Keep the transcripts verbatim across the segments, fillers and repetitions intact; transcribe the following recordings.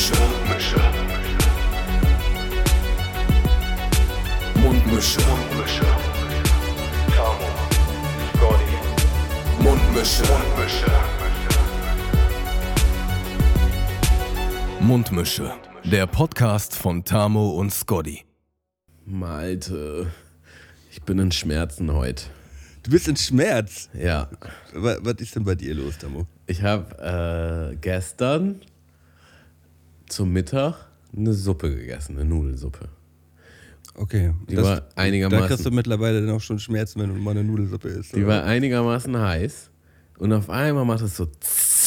Mundmische. Mundmische. Mundmische. Mundmische. Tamo. Scotty. Mundmische. Mundmische. Mundmische. Der Podcast von Tamo und Scotty. Malte, ich bin in Schmerzen heute. Du bist in Schmerz? Ja. Was, was ist denn bei dir los, Tamo? Ich habe äh, gestern zum Mittag eine Suppe gegessen, eine Nudelsuppe. Okay. Die das, war einigermaßen. Da kriegst du mittlerweile dann auch schon Schmerzen, wenn du mal eine Nudelsuppe isst. Die oder? war einigermaßen heiß und auf einmal macht es so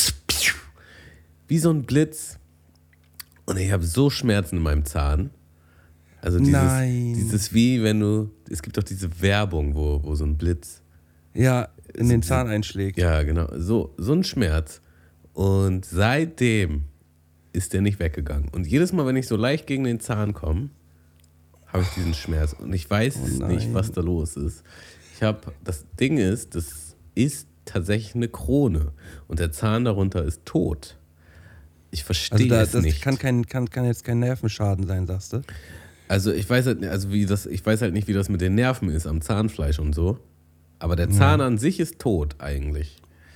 wie so ein Blitz und ich habe so Schmerzen in meinem Zahn. Also dieses, Nein. dieses wie wenn du, es gibt doch diese Werbung, wo, wo so ein Blitz. Ja, in den Zahn einschlägt. Ja, genau, so, so ein Schmerz. Und seitdem ist der nicht weggegangen. Und jedes Mal, wenn ich so leicht gegen den Zahn komme, habe ich diesen Schmerz. Und ich weiß Oh nicht, was da los ist. Ich habe, das Ding ist, das ist tatsächlich eine Krone. Und der Zahn darunter ist tot. Ich verstehe Also da, es das nicht. Kann, kein, kann, kann jetzt kein Nervenschaden sein, sagst du? Also ich weiß halt, also wie das, ich weiß halt nicht, wie das mit den Nerven ist am Zahnfleisch und so. Aber der Zahn ja. an sich ist tot eigentlich.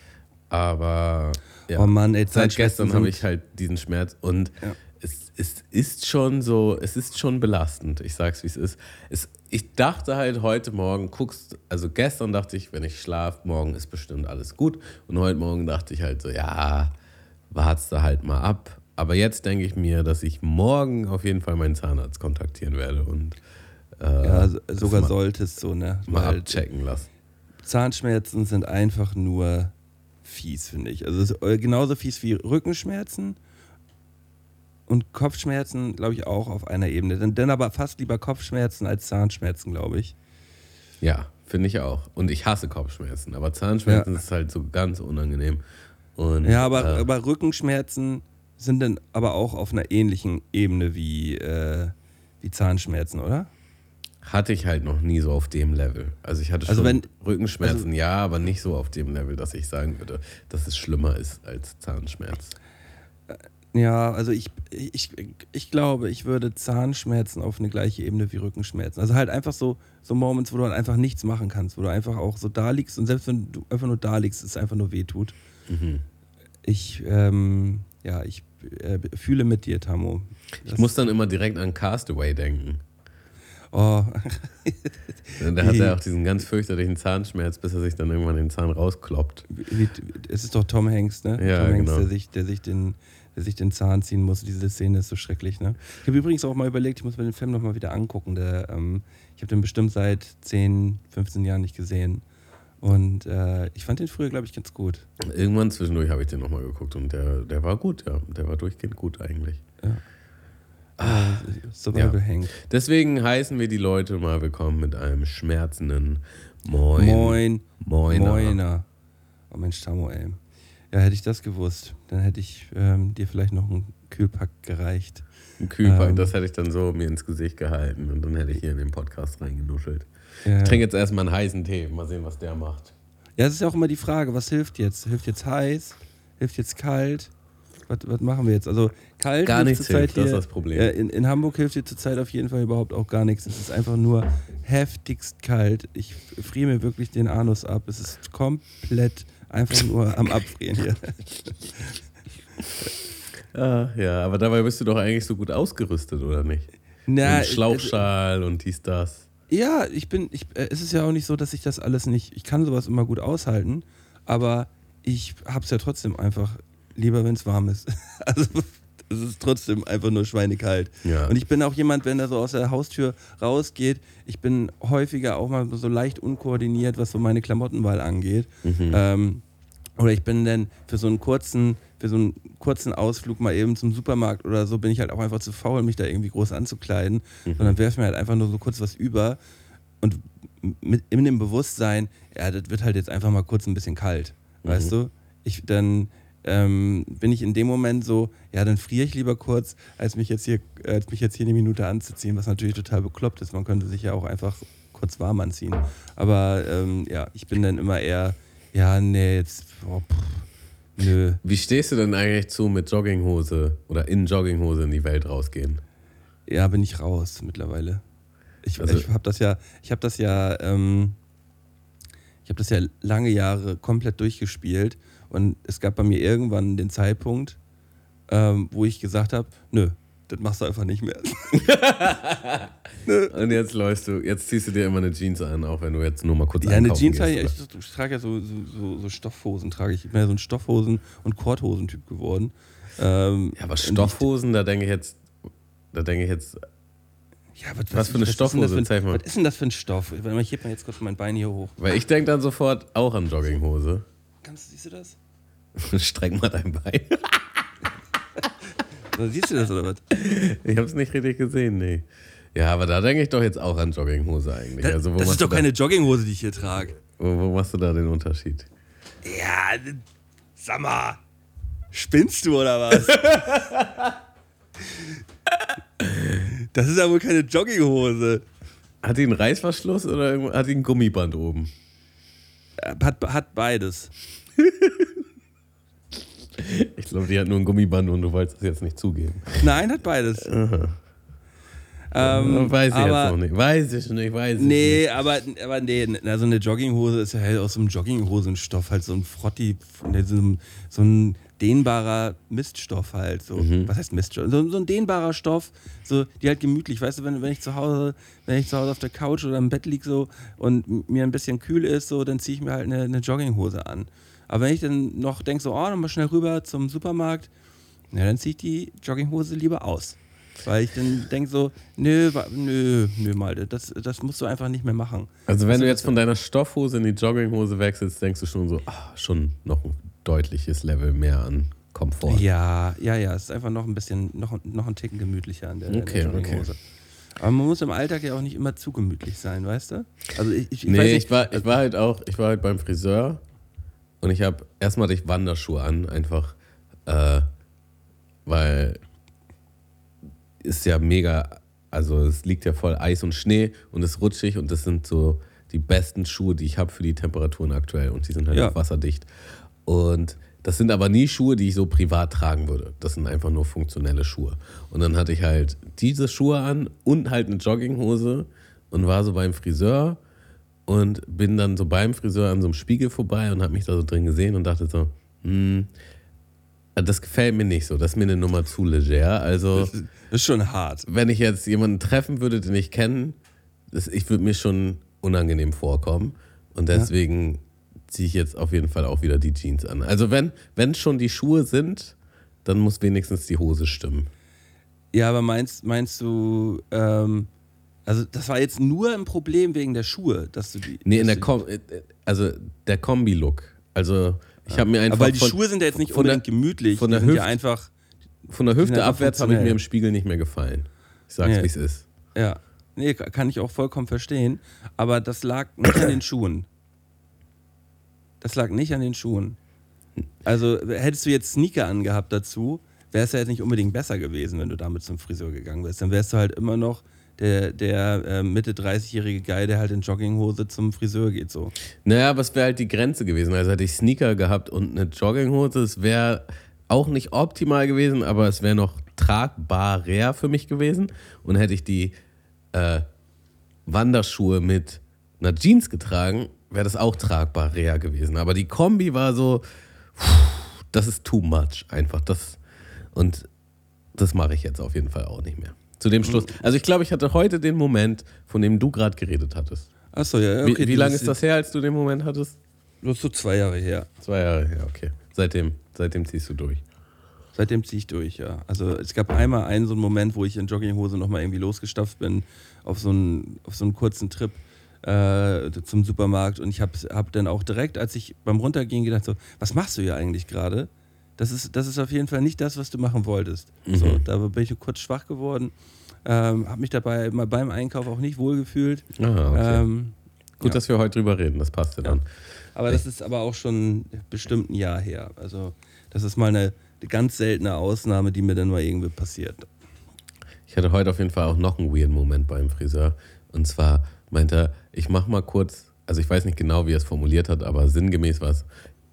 Aber ja, oh Mann, ey, seit gestern habe ich halt diesen Schmerz und ja. es, es ist schon so, es ist schon belastend. Ich sag's, wie es ist. Es, ich dachte halt heute Morgen, guckst, also gestern dachte ich, wenn ich schlafe, morgen ist bestimmt alles gut. Und heute Morgen dachte ich halt so, ja, wart's da halt mal ab. Aber jetzt denke ich mir, dass ich morgen auf jeden Fall meinen Zahnarzt kontaktieren werde und äh, ja, sogar mal, solltest so, ne? Mal Weil abchecken lassen. Zahnschmerzen sind einfach nur fies, finde ich. Also es ist genauso fies wie Rückenschmerzen und Kopfschmerzen, glaube ich, auch auf einer Ebene. Dann, dann aber fast lieber Kopfschmerzen als Zahnschmerzen, glaube ich. Ja, finde ich auch. Und ich hasse Kopfschmerzen, aber Zahnschmerzen ja. ist halt so ganz unangenehm. Und, ja, aber, äh, aber Rückenschmerzen sind dann aber auch auf einer ähnlichen Ebene wie, äh, wie Zahnschmerzen, oder? Hatte ich halt noch nie so auf dem Level. Also ich hatte schon also wenn, Rückenschmerzen, also, ja, aber nicht so auf dem Level, dass ich sagen würde, dass es schlimmer ist als Zahnschmerz. Ja, also ich, ich, ich glaube, ich würde Zahnschmerzen auf eine gleiche Ebene wie Rückenschmerzen. Also halt einfach so, so Moments, wo du halt einfach nichts machen kannst, wo du einfach auch so da liegst und selbst wenn du einfach nur da liegst, es einfach nur wehtut. Mhm. Ich, ähm, ja, ich äh, fühle mit dir, Tamo. Das ich muss dann immer direkt an Castaway denken. Oh. Da hat er auch diesen ganz fürchterlichen Zahnschmerz, bis er sich dann irgendwann den Zahn rauskloppt. Wie, es ist doch Tom Hanks, ne? Ja, Tom Hanks, genau. der sich, der sich den, der sich den Zahn ziehen muss. Diese Szene ist so schrecklich, ne? Ich habe übrigens auch mal überlegt, ich muss mir den Film nochmal wieder angucken. Der, ähm, ich habe den bestimmt seit zehn, fünfzehn Jahren nicht gesehen. Und äh, ich fand den früher, glaube ich, ganz gut. Irgendwann zwischendurch habe ich den nochmal geguckt und der, der war gut, ja. Der war durchgehend gut eigentlich. Ja. Ah, Survival ja. Hank. Deswegen heißen wir die Leute mal willkommen mit einem schmerzenden Moin. Moin. Moiner. Moiner. Oh Mensch, Tamo, ey. Ja, hätte ich das gewusst, dann hätte ich ähm, dir vielleicht noch einen Kühlpack gereicht. Ein Kühlpack, ähm, das hätte ich dann so mir ins Gesicht gehalten und dann hätte ich hier in den Podcast reingenuschelt. Ja. Ich trinke jetzt erstmal einen heißen Tee, mal sehen, was der macht. Ja, es ist ja auch immer die Frage, was hilft jetzt? Hilft jetzt heiß? Hilft jetzt kalt? Was, was machen wir jetzt? Also kalt gar nichts hilft, hier, das ist das Problem. Äh, in, in Hamburg hilft dir zurzeit auf jeden Fall überhaupt auch gar nichts. Es ist einfach nur heftigst kalt. Ich friere mir wirklich den Anus ab. Es ist komplett einfach nur am Abfrieren hier. Ah, ja, aber dabei bist du doch eigentlich so gut ausgerüstet, oder nicht? Na, Mit Schlauchschal äh, und dies, das. Ja, ich bin, ich, äh, es ist ja auch nicht so, dass ich das alles nicht, ich kann sowas immer gut aushalten, aber ich hab's ja trotzdem einfach lieber, wenn es warm ist. Also es ist trotzdem einfach nur schweinekalt. Ja. Und ich bin auch jemand, wenn er so aus der Haustür rausgeht, ich bin häufiger auch mal so leicht unkoordiniert, was so meine Klamottenwahl angeht. Mhm. Ähm, oder ich bin dann für so einen kurzen, für so einen kurzen Ausflug mal eben zum Supermarkt oder so, bin ich halt auch einfach zu faul, mich da irgendwie groß anzukleiden. Mhm. Sondern werfe mir halt einfach nur so kurz was über und mit in dem Bewusstsein, ja, das wird halt jetzt einfach mal kurz ein bisschen kalt. Mhm. Weißt du? Ich dann ähm, bin ich in dem Moment so, ja, dann friere ich lieber kurz, als mich jetzt hier, als mich jetzt hier eine Minute anzuziehen, was natürlich total bekloppt ist. Man könnte sich ja auch einfach kurz warm anziehen. Aber ähm, ja, ich bin dann immer eher, ja, nee, jetzt, oh, pff, Nö. Wie stehst du denn eigentlich zu mit Jogginghose oder in Jogginghose in die Welt rausgehen? Ja, bin ich raus mittlerweile. Ich, Also- ich habe das ja, ich habe das ja, ähm, ich habe das ja lange Jahre komplett durchgespielt und es gab bei mir irgendwann den Zeitpunkt, ähm, wo ich gesagt habe, nö, das machst du einfach nicht mehr. Und jetzt läufst du, jetzt ziehst du dir immer eine Jeans an, auch wenn du jetzt nur mal kurz Ja, eine einkaufen Jeans, gehst, ich, oder? ich, ich trage ja so, so, so, so Stoffhosen, trage ich. Ich bin ja so ein Stoffhosen- und Korthosen-Typ geworden. Ähm, Ja, aber Stoffhosen, da denke ich jetzt, da denke ich jetzt, ja, was, Was für eine ist denn das Stoffhose? für ein- Zeig mal. Was ist denn das für ein Stoff? Warte mal, ich heb mal jetzt kurz mein Bein hier hoch. weil ich denke dann sofort auch an Jogginghose. Kannst, siehst du das? Streck mal dein Bein. Oder siehst du das oder was? Ich habe es nicht richtig gesehen, nee. Ja, aber da denke ich doch jetzt auch an Jogginghose eigentlich. Das, also, wo das machst ist doch du keine Jogginghose, die ich hier trage. Da, wo, wo machst du da den Unterschied? Ja, sag mal, spinnst du oder was? Das ist ja wohl keine Jogginghose. Hat die einen Reißverschluss oder irgendwo- hat die ein Gummiband oben? Hat, hat beides. Ich glaube, die hat nur ein Gummiband und du wolltest es jetzt nicht zugeben. Nein, hat beides. Ähm, weiß ich aber, jetzt noch nicht. Weiß ich nicht, weiß ich Nee, nicht. aber, aber nee, also eine Jogginghose ist ja halt aus so einem Jogginghosenstoff, halt so ein Frotti, so ein, so ein dehnbarer Miststoff halt. So. Mhm. Was heißt Miststoff? So, so ein dehnbarer Stoff, so, die halt gemütlich, weißt du, wenn, wenn ich zu Hause, wenn ich zu Hause auf der Couch oder im Bett liege so und m- mir ein bisschen kühl ist, so, dann ziehe ich mir halt eine, eine Jogginghose an. Aber wenn ich dann noch denke, so, oh, nochmal schnell rüber zum Supermarkt, na, dann ziehe ich die Jogginghose lieber aus. Weil ich dann denke so, nö, wa- nö, nö, Malte, das, das musst du einfach nicht mehr machen. Also, wenn Also, du jetzt von deiner Stoffhose in die Jogginghose wechselst, denkst du schon so, ah, schon noch ein deutliches Level mehr an Komfort. Ja, ja, ja, es ist einfach noch ein bisschen, noch, noch ein Ticken gemütlicher an der, an Okay, der Jogginghose. Aber man muss im Alltag ja auch nicht immer zu gemütlich sein, weißt du? Also ich, ich, ich Nee, weiß nicht, ich war, ich war halt auch, ich war halt beim Friseur und ich habe erstmal hatte ich Wanderschuhe an, einfach, äh, weil ist ja mega, also es liegt ja voll Eis und Schnee und es ist rutschig und das sind so die besten Schuhe, die ich habe für die Temperaturen aktuell und die sind halt Ja. auch wasserdicht. Und das sind aber nie Schuhe, die ich so privat tragen würde. Das sind einfach nur funktionelle Schuhe. Und dann hatte ich halt diese Schuhe an und halt eine Jogginghose und war so beim Friseur und bin dann so beim Friseur an so einem Spiegel vorbei und habe mich da so drin gesehen und dachte so, hm, das gefällt mir nicht so, das ist mir eine Nummer zu leger. Also, das ist, das ist schon hart. wenn ich jetzt jemanden treffen würde, den ich kenne, das, ich würde mir schon unangenehm vorkommen. Und deswegen ziehe ich jetzt auf jeden Fall auch wieder die Jeans an. Also, wenn wenn schon die Schuhe sind, dann muss wenigstens die Hose stimmen. Ja, aber meinst, meinst du, ähm, also das war jetzt nur ein Problem wegen der Schuhe, dass du die. Nee, in dass der du Kom also der Kombi-Look. Also, ich habe mir einfach. Aber weil die von, Schuhe sind ja jetzt nicht von der- unbedingt gemütlich, von die der sind ja Hüfte- einfach, Von der die sind Hüfte einfach abwärts habe ich mir funktionell. im Spiegel nicht mehr gefallen. Ich sag's, Nee. wie es ist. ja, nee, kann ich auch vollkommen verstehen, aber das lag nicht an den Schuhen. Das lag nicht an den Schuhen. Also hättest du jetzt Sneaker angehabt dazu, wäre es ja jetzt nicht unbedingt besser gewesen, wenn du damit zum Friseur gegangen wärst. Dann wärst du halt immer noch der, der äh, Mitte dreißigjährige Guy, der halt in Jogginghose zum Friseur geht. So. Naja, aber es wäre halt die Grenze gewesen. Also hätte ich Sneaker gehabt und eine Jogginghose, es wäre auch nicht optimal gewesen, aber es wäre noch tragbarer für mich gewesen. Und hätte ich die äh, Wanderschuhe mit einer Jeans getragen, wäre das auch tragbarer gewesen. Aber die Kombi war so, pff, das ist too much einfach. Das, und das mache ich jetzt auf jeden Fall auch nicht mehr. Zu dem Schluss. Also ich glaube, ich hatte heute den Moment, von dem du gerade geredet hattest. Achso, ja, ja. Okay, wie wie lange ist das her, als du den Moment hattest? Das ist so zwei Jahre her. Zwei Jahre her, okay. Seitdem, seitdem ziehst du durch. Seitdem ziehe ich durch, ja. Also es gab einmal einen so einen Moment, wo ich in Jogginghose nochmal irgendwie losgestapft bin auf so einen, auf so einen kurzen Trip äh, zum Supermarkt und ich habe hab dann auch direkt, als ich beim Runtergehen gedacht so, was machst du hier eigentlich gerade? Das ist, das ist auf jeden Fall nicht das, was du machen wolltest. Mhm. So, da bin ich kurz schwach geworden, ähm, habe mich dabei mal beim Einkauf auch nicht wohlgefühlt. Ah, okay. Ähm, Gut, ja. dass wir heute drüber reden, das passt ja dann. Aber das ist aber auch schon bestimmt ein Jahr her. Also das ist mal eine ganz seltene Ausnahme, die mir dann mal irgendwie passiert. Ich hatte heute auf jeden Fall auch noch einen weirden Moment beim Friseur. Und zwar meinte er, ich mach mal kurz, also ich weiß nicht genau, wie er es formuliert hat, aber sinngemäß war es,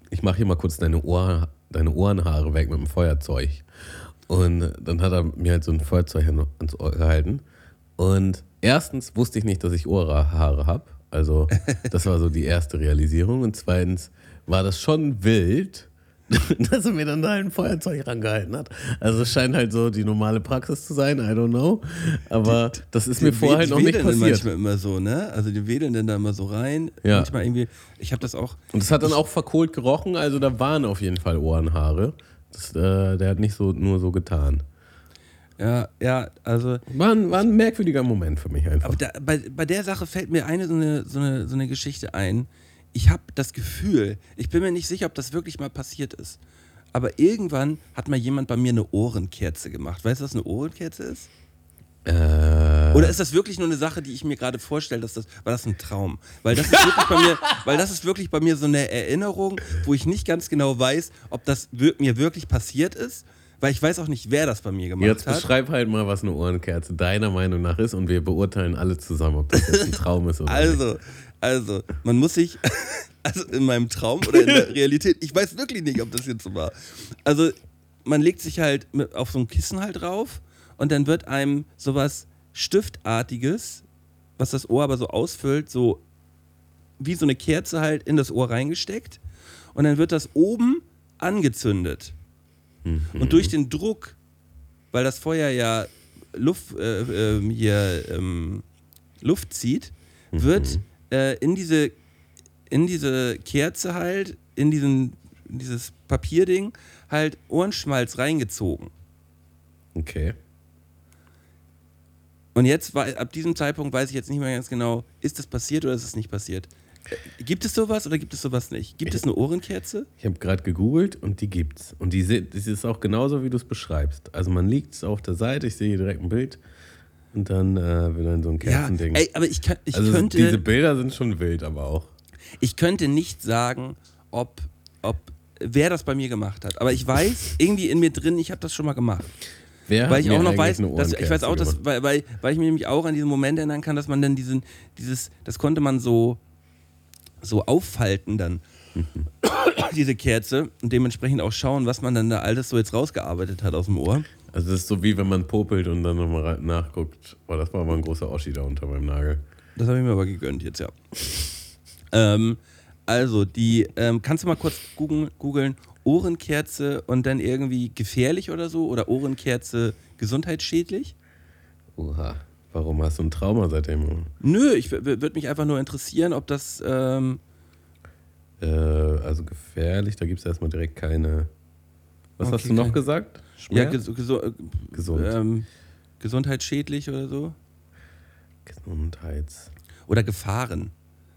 ich mache hier mal kurz deine, Ohr, deine Ohrenhaare weg mit dem Feuerzeug. Und dann hat er mir halt so ein Feuerzeug ans Ohr gehalten. Und erstens wusste ich nicht, dass ich Ohrhaare habe. Also das war so die erste Realisierung. Und zweitens war das schon wild, dass er mir dann da ein Feuerzeug rangehalten hat. Also es scheint halt so die normale Praxis zu sein, I don't know. Aber die, das ist mir vorher halt noch nicht passiert. Die wedeln manchmal immer so, ne? Also die wedeln dann da immer so rein. Ja. Manchmal irgendwie, ich habe das auch... Und es hat dann auch verkohlt gerochen, also da waren auf jeden Fall Ohrenhaare. Das, äh, der hat nicht so nur so getan. Ja, ja, also... War ein, war ein merkwürdiger Moment für mich einfach. Aber da, bei, bei der Sache fällt mir eine so eine, so eine, so eine Geschichte ein. Ich habe das Gefühl, ich bin mir nicht sicher, ob das wirklich mal passiert ist, aber irgendwann hat mal jemand bei mir eine Ohrenkerze gemacht. Weißt du, was eine Ohrenkerze ist? Äh. Oder ist das wirklich nur eine Sache, die ich mir gerade vorstelle, dass das, war das ein Traum? Weil das ist wirklich bei mir, weil das ist wirklich bei mir so eine Erinnerung, wo ich nicht ganz genau weiß, ob das wir- mir wirklich passiert ist, weil ich weiß auch nicht, wer das bei mir gemacht Jetzt hat. Jetzt beschreib halt mal, was eine Ohrenkerze deiner Meinung nach ist und wir beurteilen alle zusammen, ob das jetzt ein Traum ist oder also, nicht. Also, man muss sich, also in meinem Traum oder in der Realität, ich weiß wirklich nicht, ob das jetzt so war. Also, man legt sich halt mit, auf so ein Kissen halt drauf und dann wird einem sowas Stiftartiges, was das Ohr aber so ausfüllt, so wie so eine Kerze halt in das Ohr reingesteckt und dann wird das oben angezündet. Mhm. Und durch den Druck, weil das Feuer ja Luft, äh, äh, hier, ähm, Luft zieht, wird Mhm. äh, in diese in diese Kerze halt, in diesen in dieses Papierding halt Ohrenschmalz reingezogen. Okay. Und jetzt, ab diesem Zeitpunkt weiß ich jetzt nicht mehr ganz genau, ist das passiert oder ist es nicht passiert? Äh, Gibt es sowas oder gibt es sowas nicht? Gibt es eine Ohrenkerze? Ich habe gerade gegoogelt und die gibt's. Und die, se- das ist auch genauso, wie du es beschreibst. Also man liegt auf der Seite, ich sehe hier direkt ein Bild und dann äh, wird dann so ein Kerzending. Ja, ey, aber ich, kann, ich also könnte... diese Bilder sind schon wild, aber auch. Ich könnte nicht sagen, ob, ob wer das bei mir gemacht hat. Aber ich weiß, irgendwie in mir drin, ich habe das schon mal gemacht. Wer weil hat ich mir auch noch eigentlich weiß, eine dass, ich weiß auch, dass, Ohrenkerze weil, weil, weil ich mich nämlich auch an diesen Moment erinnern kann, dass man dann diesen, dieses, das konnte man so, so auffalten dann, diese Kerze und dementsprechend auch schauen, was man dann da alles so jetzt rausgearbeitet hat aus dem Ohr. Also das ist so wie wenn man popelt und dann nochmal nachguckt. Boah, das war aber ein großer Oschi da unter meinem Nagel. Das habe ich mir aber gegönnt jetzt, ja. ähm, also, die, ähm, kannst du mal kurz googeln, googeln, Ohrenkerze und dann irgendwie gefährlich oder so? Oder Ohrenkerze gesundheitsschädlich? Oha, warum hast du ein Trauma seitdem? Nö, ich w- würde mich einfach nur interessieren, ob das, ähm, Äh, also gefährlich, da gibt es erstmal direkt keine... Was Okay, hast du noch kein- gesagt? ja, Schmerz? ges- gesu- äh, Gesund. ähm, gesundheitsschädlich oder so? Gesundheits... Oder Gefahren.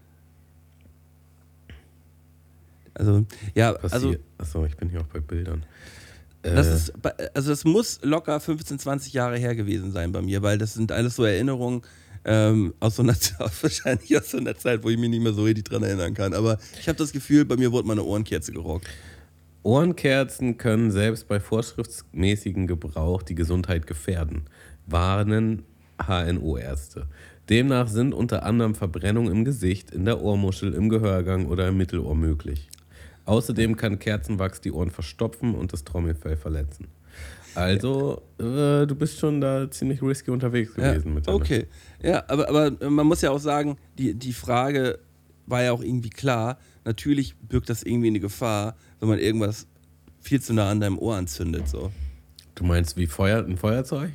Also, ja, also, Passiert. Achso, ich bin hier auch bei Bildern. das Äh, ist, bei- also das muss locker fünfzehn, zwanzig Jahre her gewesen sein bei mir, weil das sind alles so Erinnerungen ähm, aus so einer wahrscheinlich aus so einer Zeit, wo ich mich nicht mehr so richtig dran erinnern kann. Aber ich habe das Gefühl, bei mir wurde mal eine Ohrenkerze gerockt. Ohrenkerzen können selbst bei vorschriftsmäßigem Gebrauch die Gesundheit gefährden, warnen H N O-Ärzte. Demnach sind unter anderem Verbrennungen im Gesicht, in der Ohrmuschel, im Gehörgang oder im Mittelohr möglich. Außerdem kann Kerzenwachs die Ohren verstopfen und das Trommelfell verletzen. Also, äh, du bist schon da ziemlich risky unterwegs gewesen Ja, mit deiner. okay. Ja, aber, aber man muss ja auch sagen, die, die Frage war ja auch irgendwie klar. Natürlich birgt das irgendwie eine Gefahr, wenn man irgendwas viel zu nah an deinem Ohr anzündet. So. Du meinst wie Feuer, ein Feuerzeug?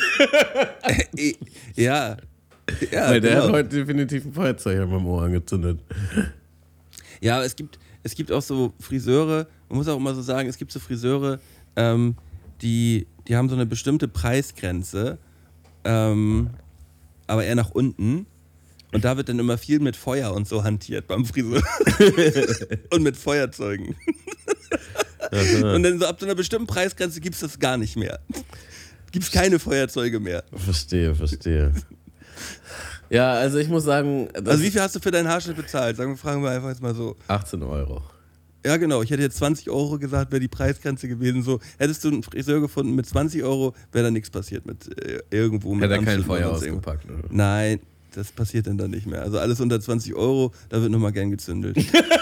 ja. ja Weil der genau. hat heute definitiv ein Feuerzeug an meinem Ohr angezündet. Ja, aber es gibt, es gibt auch so Friseure, man muss auch immer so sagen, es gibt so Friseure, ähm, die, die haben so eine bestimmte Preisgrenze, ähm, aber eher nach unten. Und da wird dann immer viel mit Feuer und so hantiert beim Friseur. Und mit Feuerzeugen. Und dann so ab so einer bestimmten Preisgrenze gibt es das gar nicht mehr. Gibt es keine Feuerzeuge mehr. Verstehe, verstehe. Ja, also ich muss sagen, das Also wie viel hast du für deinen Haarschnitt bezahlt? Sagen wir, fragen wir einfach jetzt mal so. achtzehn Euro. Ja, genau. Ich hätte jetzt zwanzig Euro gesagt, wäre die Preisgrenze gewesen. So, hättest du einen Friseur gefunden mit zwanzig Euro, wäre da nichts passiert mit äh, irgendwo. Mit Hätte er kein Anschnitten Feuer oder sonst irgendwas. ausgepackt. Oder? Nein, das passiert dann, dann nicht mehr. Also alles unter zwanzig Euro, da wird nochmal gern gezündelt.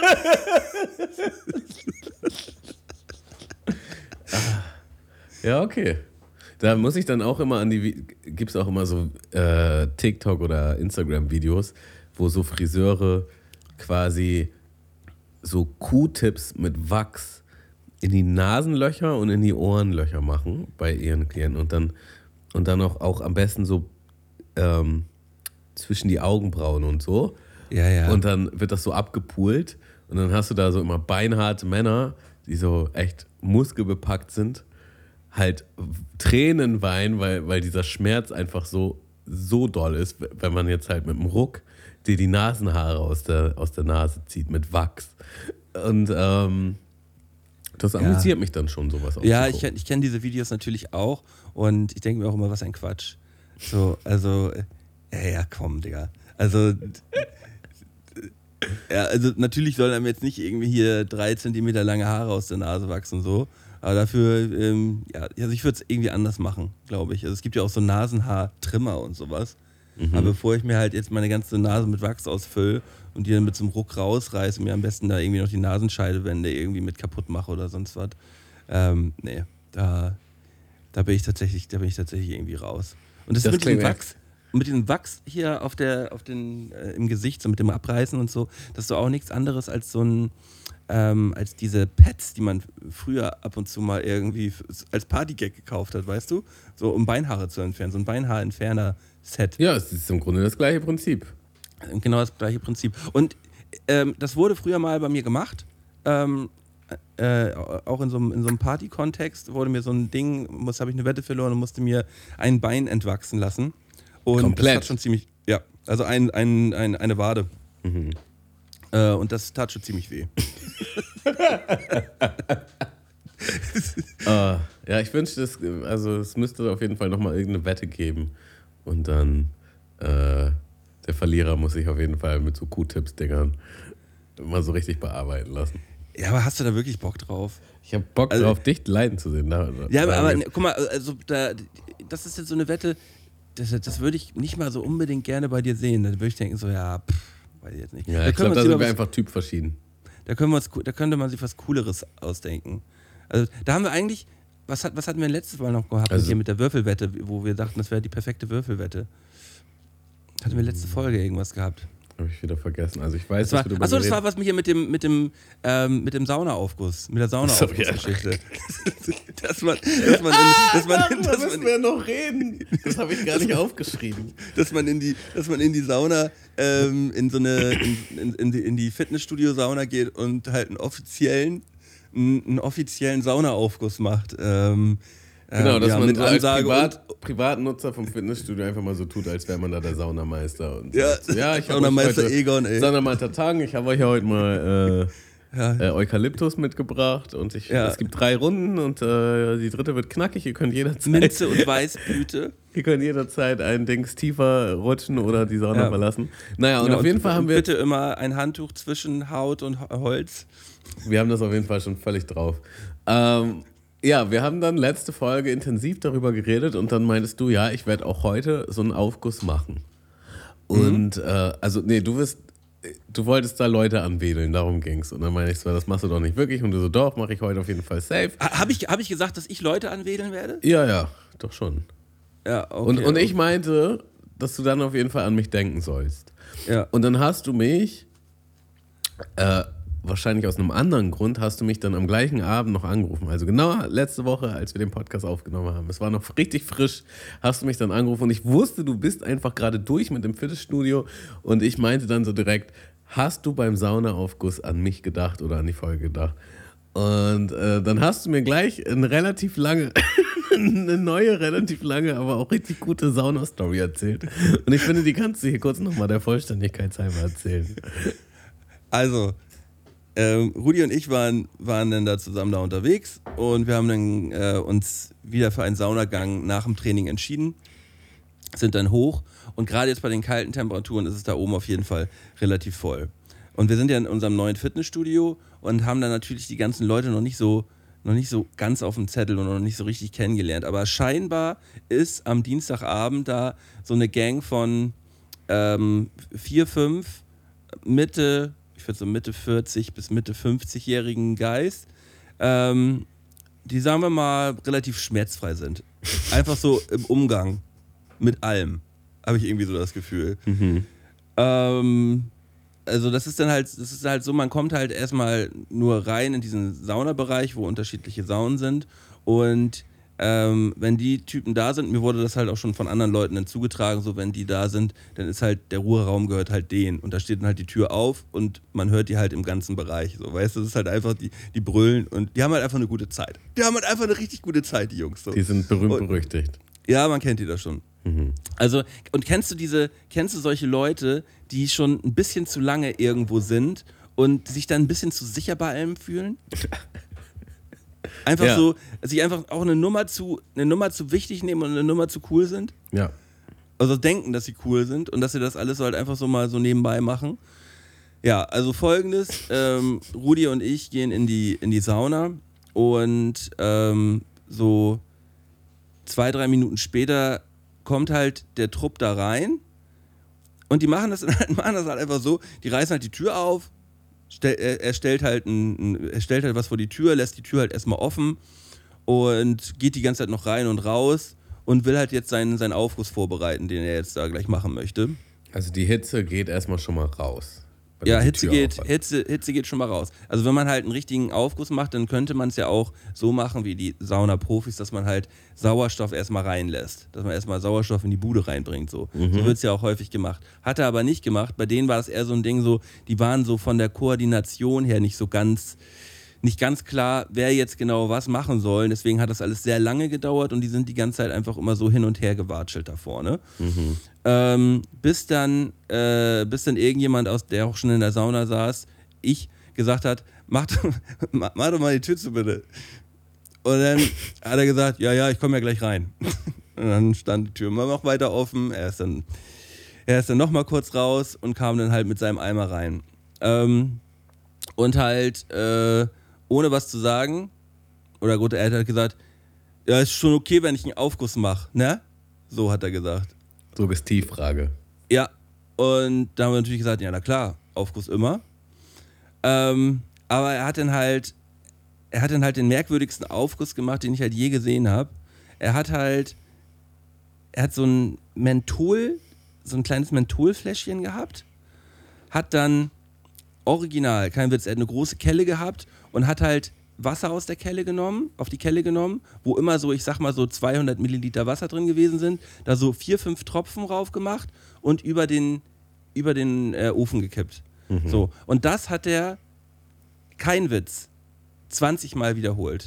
Ja, okay. Da muss ich dann auch immer an die, gibt es auch immer so äh, TikTok oder Instagram-Videos, wo so Friseure quasi so Q-Tips mit Wachs in die Nasenlöcher und in die Ohrenlöcher machen bei ihren Klienten und dann, und dann auch, auch am besten so ähm, zwischen die Augenbrauen und so. Ja, ja. Und dann wird das so abgepult und dann hast du da so immer beinharte Männer, die so echt muskelbepackt sind, halt Tränen weinen, weil, weil dieser Schmerz einfach so, so doll ist, wenn man jetzt halt mit einem Ruck dir die Nasenhaare aus der, aus der Nase zieht mit Wachs. Und ähm, das amüsiert ja. mich dann schon, sowas auch. Ja, ich, ich kenne diese Videos natürlich auch und ich denke mir auch immer, was ein Quatsch. So, also, ja, ja, komm, Digga. Also, ja, also natürlich soll einem jetzt nicht irgendwie hier drei Zentimeter lange Haare aus der Nase wachsen, so. Aber dafür, ähm, ja, also ich würde es irgendwie anders machen, glaube ich. Also es gibt ja auch so Nasenhaartrimmer und sowas. Mhm. Aber bevor ich mir halt jetzt meine ganze Nase mit Wachs ausfülle und die dann mit so einem Ruck rausreiße und mir am besten da irgendwie noch die Nasenscheidewände irgendwie mit kaputt mache oder sonst was, ähm, nee, da, da bin ich tatsächlich, da bin ich tatsächlich irgendwie raus. Und das, das mit dem Wachs, mit dem Wachs hier auf der, auf den, äh, im Gesicht, so mit dem Abreißen und so, das ist doch auch nichts anderes als so ein Ähm, als diese Pads, die man früher ab und zu mal irgendwie als Partygag gekauft hat, weißt du? So um Beinhaare zu entfernen, so ein Beinhaarentferner-Set. Ja, es ist im Grunde das gleiche Prinzip. Genau das gleiche Prinzip. Und ähm, das wurde früher mal bei mir gemacht, ähm, äh, auch in so einem, in so einem Party-Kontext wurde mir so ein Ding, muss habe ich eine Wette verloren und musste mir ein Bein entwachsen lassen. Und komplett? Das hat schon ziemlich, ja, also ein, ein, ein, eine Wade. Mhm. Äh, und das tat schon ziemlich weh. uh, ja, ich wünschte, es, also es müsste auf jeden Fall nochmal irgendeine Wette geben. Und dann äh, der Verlierer muss sich auf jeden Fall mit so Q-Tips-Dingern mal so richtig bearbeiten lassen. Ja, aber hast du da wirklich Bock drauf? Ich habe Bock also, drauf, dich leiden zu sehen. Da, ja, aber, aber ne, guck mal, also da, das ist jetzt so eine Wette, das, das würde ich nicht mal so unbedingt gerne bei dir sehen. Da würde ich denken so, ja, pff, weiß ich jetzt nicht. Ja, ich glaube, da sind wir einfach typverschieden. Da, können wir uns, da könnte man sich was Cooleres ausdenken. Also da haben wir eigentlich, was, hat, was hatten wir letztes Mal noch gehabt also, hier mit der Würfelwette, wo wir dachten, das wäre die perfekte Würfelwette. Hatten wir letzte Folge irgendwas gehabt? Habe ich wieder vergessen. Also ich weiß, das war, achso, das war was hier mit dem, mit dem, ähm, mit dem Saunaaufguss, mit der Saunaaufgussgeschichte. dass man, dass man, in, dass man, in, dass da müssen man, wir noch reden. Das habe ich gar nicht aufgeschrieben. Dass man in die, dass man in die Sauna, ähm, in so eine, in, in, in die, in die Fitnessstudio-Sauna geht und halt einen offiziellen, einen, einen offiziellen Saunaaufguss macht. Ähm, Genau, dass ja, man so als Privat, Privatnutzer vom Fitnessstudio einfach mal so tut, als wäre man da der Saunameister. Und ja, so. Ja, ich habe Saunameister Egon, ey. Saunameister Tang, ich habe euch ja heute mal äh, ja. äh, Eukalyptus mitgebracht und ich, ja. es gibt drei Runden und äh, die dritte wird knackig. Ihr könnt jederzeit Minze und Weißblüte. Ihr könnt jederzeit ein Dings tiefer rutschen oder die Sauna ja. verlassen. Naja, und ja, auf jeden und, Fall haben wir... Bitte immer ein Handtuch zwischen Haut und Holz. Wir haben das auf jeden Fall schon völlig drauf. Ähm... Ja, wir haben dann letzte Folge intensiv darüber geredet und dann meintest du, ja, ich werde auch heute so einen Aufguss machen. Und, mhm. äh, also, nee, du wirst, du wolltest da Leute anwedeln, darum ging's. Und dann meinte ich so, das machst du doch nicht wirklich. Und du so, doch, mache ich heute auf jeden Fall safe. Habe ich, hab ich gesagt, dass ich Leute anwedeln werde? Ja, ja, doch schon. Ja, okay. Und, und ich meinte, dass du dann auf jeden Fall an mich denken sollst. Ja. Und dann hast du mich, äh, wahrscheinlich aus einem anderen Grund, hast du mich dann am gleichen Abend noch angerufen. Also genau letzte Woche, als wir den Podcast aufgenommen haben. Es war noch richtig frisch, hast du mich dann angerufen und ich wusste, du bist einfach gerade durch mit dem Fitnessstudio und ich meinte dann so direkt, hast du beim Saunaaufguss an mich gedacht oder an die Folge gedacht? Und äh, dann hast du mir gleich eine relativ lange, eine neue, relativ lange, aber auch richtig gute Sauna-Story erzählt. Und ich finde, die kannst du hier kurz nochmal der Vollständigkeit halber erzählen. Also, Ähm, Rudi und ich waren, waren dann da zusammen da unterwegs und wir haben dann äh, uns wieder für einen Saunagang nach dem Training entschieden, sind dann hoch und gerade jetzt bei den kalten Temperaturen ist es da oben auf jeden Fall relativ voll. Und wir sind ja in unserem neuen Fitnessstudio und haben dann natürlich die ganzen Leute noch nicht so, noch nicht so ganz auf dem Zettel und noch nicht so richtig kennengelernt. Aber scheinbar ist am Dienstagabend da so eine Gang von ähm, vier, fünf Mitte, ich würde so Mitte vierzig bis Mitte fünfzig-jährigen Guys, ähm, die, sagen wir mal, relativ schmerzfrei sind. Einfach so im Umgang mit allem, habe ich irgendwie so das Gefühl. Mhm. Ähm, also das ist dann halt, das ist halt so, man kommt halt erstmal nur rein in diesen Saunabereich, wo unterschiedliche Saunen sind und ähm, wenn die Typen da sind, mir wurde das halt auch schon von anderen Leuten dann zugetragen, so wenn die da sind, dann ist halt, der Ruheraum gehört halt denen und da steht dann halt die Tür auf und man hört die halt im ganzen Bereich, so, weißt du, das ist halt einfach, die, die brüllen und die haben halt einfach eine gute Zeit. Die haben halt einfach eine richtig gute Zeit, die Jungs. So. Die sind berühmt und, berüchtigt. Ja, man kennt die da schon. Mhm. Also, und kennst du diese, kennst du solche Leute, die schon ein bisschen zu lange irgendwo sind und sich dann ein bisschen zu sicher bei allem fühlen? Einfach ja. so, sich einfach auch eine Nummer zu, eine Nummer zu wichtig nehmen und eine Nummer zu cool sind. Ja. Also denken, dass sie cool sind und dass sie das alles so halt einfach so mal so nebenbei machen. Ja, also folgendes, ähm, Rudi und ich gehen in die, in die Sauna und ähm, so zwei, drei Minuten später kommt halt der Trupp da rein und die machen das, machen das halt einfach so, die reißen halt die Tür auf, stell, er, er, stellt halt ein, ein, er stellt halt was vor die Tür, lässt die Tür halt erstmal offen und geht die ganze Zeit noch rein und raus und will halt jetzt seinen, seinen Aufguss vorbereiten, den er jetzt da gleich machen möchte. Also die Hitze geht erstmal schon mal raus. Ja, Hitze geht, Hitze, Hitze geht schon mal raus. Also wenn man halt einen richtigen Aufguss macht, dann könnte man es ja auch so machen wie die Saunaprofis, dass man halt Sauerstoff erstmal reinlässt. Dass man erstmal Sauerstoff in die Bude reinbringt. So, mhm. so wird es ja auch häufig gemacht. Hat er aber nicht gemacht. Bei denen war das eher so ein Ding so, die waren so von der Koordination her nicht so ganz, nicht ganz klar, wer jetzt genau was machen soll. Deswegen hat das alles sehr lange gedauert und die sind die ganze Zeit einfach immer so hin und her gewatschelt da vorne. Mhm. Ähm, bis dann, äh, bis dann irgendjemand, aus der auch schon in der Sauna saß, ich, gesagt hat, mach, mach, mach doch mal die Tür zu, bitte. Und dann hat er gesagt, ja, ja, ich komme ja gleich rein. Und dann stand die Tür immer noch weiter offen. Er ist dann, er ist dann noch mal kurz raus und kam dann halt mit seinem Eimer rein. Ähm, und halt, äh, ohne was zu sagen, oder gut, er hat halt gesagt, ja, ist schon okay, wenn ich einen Aufguss mache, ne? So hat er gesagt. Suggestivfrage. Ja, und da haben wir natürlich gesagt, ja, na klar, Aufguss immer. Ähm, aber er hat dann halt, er hat dann halt den merkwürdigsten Aufguss gemacht, den ich halt je gesehen habe. Er hat halt, er hat so ein Menthol, so ein kleines Mentholfläschchen gehabt, hat dann original, kein Witz, er hat eine große Kelle gehabt und hat halt Wasser aus der Kelle genommen, auf die Kelle genommen, wo immer so, ich sag mal so zweihundert Milliliter Wasser drin gewesen sind, da so vier, fünf Tropfen rauf gemacht und über den, über den äh, Ofen gekippt. Mhm. So. Und das hat er, kein Witz, zwanzig Mal wiederholt.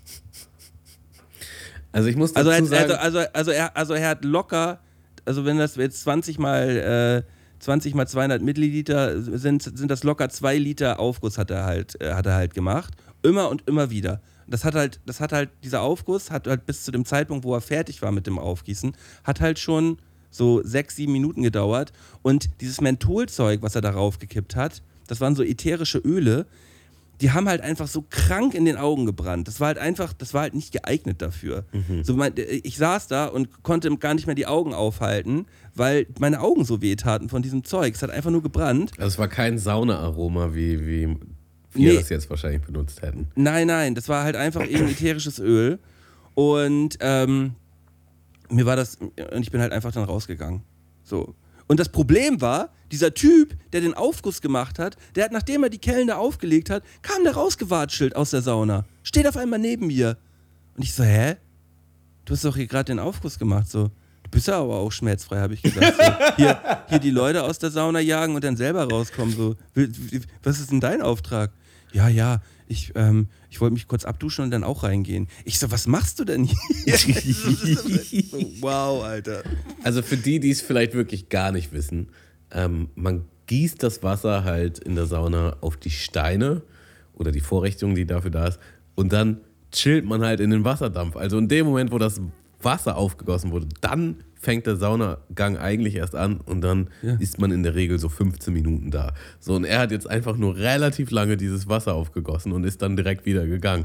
Also ich muss dazu also, sagen... Also, also, also, er, also er hat locker, also wenn das jetzt zwanzig Mal... Äh, zwanzig mal zweihundert Milliliter sind, sind das locker zwei Liter Aufguss hat er halt, äh, hat er halt gemacht. Immer und immer wieder. Das hat halt, das hat halt, dieser Aufguss hat halt bis zu dem Zeitpunkt, wo er fertig war mit dem Aufgießen, hat halt schon so sechs, sieben Minuten gedauert. Und dieses Mentholzeug, was er darauf gekippt hat, das waren so ätherische Öle, die haben halt einfach so krank in den Augen gebrannt. Das war halt einfach, das war halt nicht geeignet dafür. Mhm. So mein, ich saß da und konnte gar nicht mehr die Augen aufhalten, weil meine Augen so weh taten von diesem Zeug. Es hat einfach nur gebrannt. Also es war kein Saunaaroma, wie, wie wir nee. das jetzt wahrscheinlich benutzt hätten. Nein, nein, das war halt einfach irgendein ätherisches Öl. Und ähm, mir war das, und ich bin halt einfach dann rausgegangen. So. Und das Problem war, dieser Typ, der den Aufguss gemacht hat, der hat, nachdem er die Kellen da aufgelegt hat, kam der rausgewatschelt aus der Sauna. Steht auf einmal neben mir. Und ich so, hä? Du hast doch hier gerade den Aufguss gemacht. So, du bist ja aber auch schmerzfrei, habe ich gesagt. So, hier, hier die Leute aus der Sauna jagen und dann selber rauskommen. So, was ist denn dein Auftrag? Ja, ja, ich, ähm, ich wollte mich kurz abduschen und dann auch reingehen. Ich so, was machst du denn hier? so, wow, Alter. Also für die, die es vielleicht wirklich gar nicht wissen, ähm, man gießt das Wasser halt in der Sauna auf die Steine oder die Vorrichtung, die dafür da ist, und dann chillt man halt in den Wasserdampf. Also in dem Moment, wo das Wasser aufgegossen wurde, dann fängt der Saunagang eigentlich erst an und dann ja. ist man in der Regel so fünfzehn Minuten da. So, und er hat jetzt einfach nur relativ lange dieses Wasser aufgegossen und ist dann direkt wieder gegangen.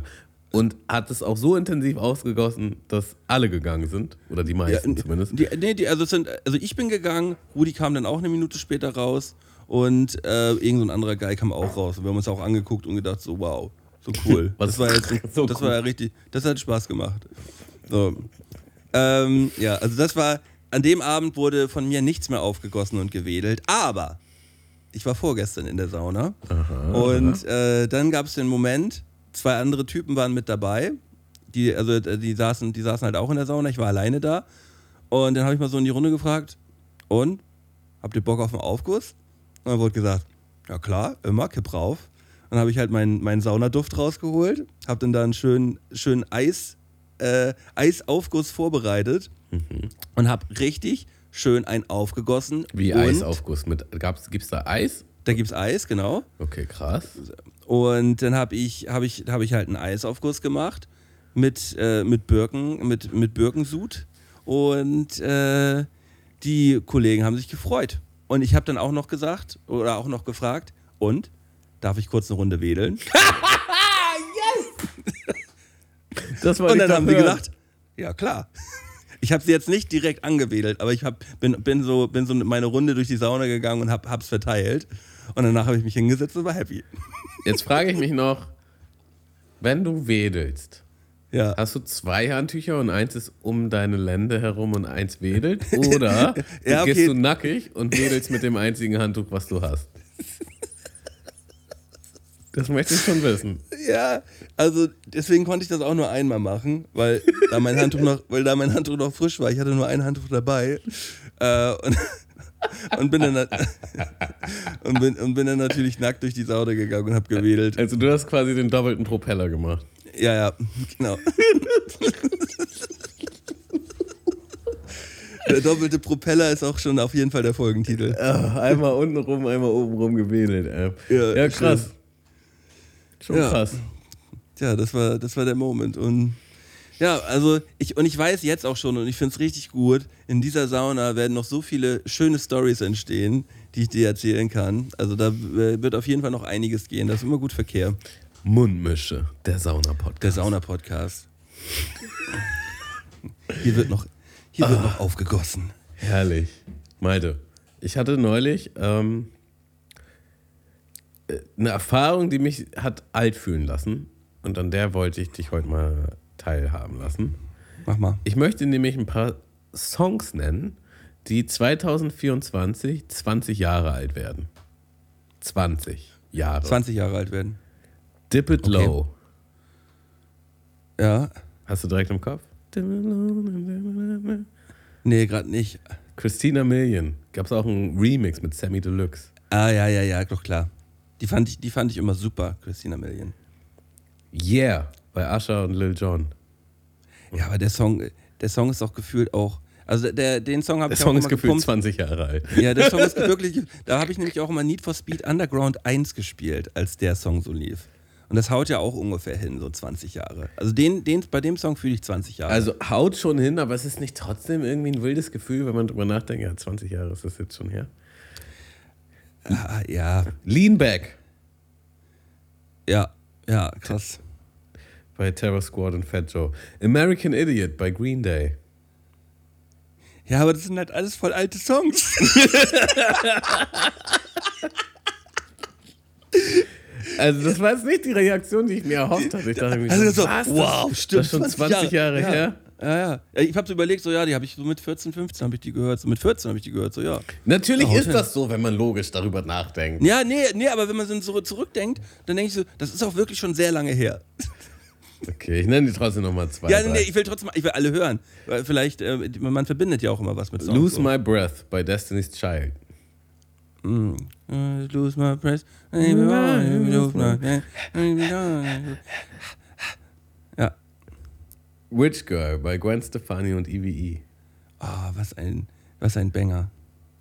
Und hat es auch so intensiv ausgegossen, dass alle gegangen sind. Oder die meisten ja, zumindest. Die, nee, die, also, es sind, also ich bin gegangen, Rudi kam dann auch eine Minute später raus und äh, irgend so ein anderer Guy kam auch raus. Und wir haben uns auch angeguckt und gedacht, so wow, so cool. Was das war jetzt so das cool. war ja richtig, das hat Spaß gemacht. So. Ähm, ja, also das war, an dem Abend wurde von mir nichts mehr aufgegossen und gewedelt, aber ich war vorgestern in der Sauna. Aha, und äh, dann gab es den Moment, zwei andere Typen waren mit dabei, die, also die saßen, die saßen halt auch in der Sauna, ich war alleine da. Und dann habe ich mal so in die Runde gefragt, und, habt ihr Bock auf einen Aufguss? Und dann wurde gesagt, ja klar, immer, kipp rauf. Dann habe ich halt meinen mein Saunaduft rausgeholt, habe dann da einen schönen, schönen Eis, äh, Eisaufguss vorbereitet mhm. und habe richtig schön einen aufgegossen. Wie und Eisaufguss? Mit, gibt es da Eis? Da gibt es Eis, genau. Okay, krass. Und dann habe ich, hab ich, hab ich halt einen Eisaufguss gemacht mit, äh, mit, Birken, mit, mit Birkensud. Und äh, die Kollegen haben sich gefreut. Und ich habe dann auch noch gesagt oder auch noch gefragt, und, darf ich kurz eine Runde wedeln? Yes! Das war und dann haben sie hören. gesagt, ja klar. Ich habe sie jetzt nicht direkt angewedelt, aber ich hab, bin, bin, so, bin so meine Runde durch die Sauna gegangen und hab, hab's verteilt. Und danach habe ich mich hingesetzt und war happy. Jetzt frage ich mich noch, wenn du wedelst, ja. hast du zwei Handtücher und eins ist um deine Lende herum und eins wedelt? Oder ja, okay. gehst du nackig und wedelst mit dem einzigen Handtuch, was du hast? Das möchte ich schon wissen. Ja, also deswegen konnte ich das auch nur einmal machen, weil da mein Handtuch noch, weil da mein Handtuch noch frisch war. Ich hatte nur ein Handtuch dabei äh, und, und, bin dann, und, bin, und bin dann natürlich nackt durch die Sauna gegangen und habe gewedelt. Also du hast quasi den doppelten Propeller gemacht. Ja, ja, genau. Der doppelte Propeller ist auch schon auf jeden Fall der Folgentitel. Oh, einmal unten rum, einmal oben rum gewedelt. Ey. Ja, ja, krass. Schön. Schon ja. krass. Ja, das war, das war der Moment. Und ja, also ich, und ich weiß jetzt auch schon, und ich finde es richtig gut, in dieser Sauna werden noch so viele schöne Storys entstehen, die ich dir erzählen kann. Also da wird auf jeden Fall noch einiges gehen. Das ist immer gut Verkehr. Mundmische, der Sauna-Podcast. Der Sauna-Podcast. Hier wird noch, hier ah, wird noch aufgegossen. Herrlich. Malte, ich hatte neulich ähm, eine Erfahrung, die mich hat alt fühlen lassen. Und an der wollte ich dich heute mal teilhaben lassen. Mach mal. Ich möchte nämlich ein paar Songs nennen, die zwanzig vierundzwanzig zwanzig Jahre alt werden. zwanzig Jahre. zwanzig Jahre alt werden. Dip It Okay. Low. Ja. Hast du direkt im Kopf? Nee, gerade nicht. Christina Milian. Gab es auch einen Remix mit Sammy Deluxe. Ah, ja, ja, ja, doch klar. Die fand ich, die fand ich immer super, Christina Milian. Yeah, bei Usher und Lil Jon. Ja, aber der Song, der Song ist auch gefühlt auch, also der, den Song habe Der ich Song auch ist immer gefühlt gepumpt. zwanzig Jahre alt. Ja, der Song ist wirklich, da habe ich nämlich auch immer Need for Speed Underground eins gespielt, als der Song so lief. Und das haut ja auch ungefähr hin, so zwanzig Jahre. Also den, den, bei dem Song fühle ich zwanzig Jahre. Also haut schon hin, aber es ist nicht trotzdem irgendwie ein wildes Gefühl, wenn man drüber nachdenkt, ja, zwanzig Jahre ist das jetzt schon her. ah, ja, Lean Back ja, ja, krass. bei Terror Squad und Fat Joe. American Idiot bei Green Day. Ja, aber das sind halt alles voll alte Songs. Also das war jetzt nicht die Reaktion, die ich mir erhofft hatte. Ich dachte mir Also so, so, was? wow, Das stimmt. ist schon zwanzig Jahre ja. her. Ja, ja. ja ich habe so überlegt, so ja, die habe ich so mit vierzehn, fünfzehn habe ich die gehört. So mit vierzehn habe ich die gehört, so ja. Natürlich Ja, ist das so, wenn man logisch darüber nachdenkt. Ja, nee, nee, aber wenn man so zurückdenkt, dann denke ich so, das ist auch wirklich schon sehr lange her. Okay, ich nenne die trotzdem nochmal zwei. Ja, drei. nee, ich will trotzdem, ich will alle hören. Weil vielleicht, äh, man verbindet ja auch immer was mit Songs. Lose so. My Breath bei Destiny's Child. Mm. Uh, lose my breath. Ja. Witch Girl bei Gwen Stefani und E V E. Oh, was ein, was ein Banger.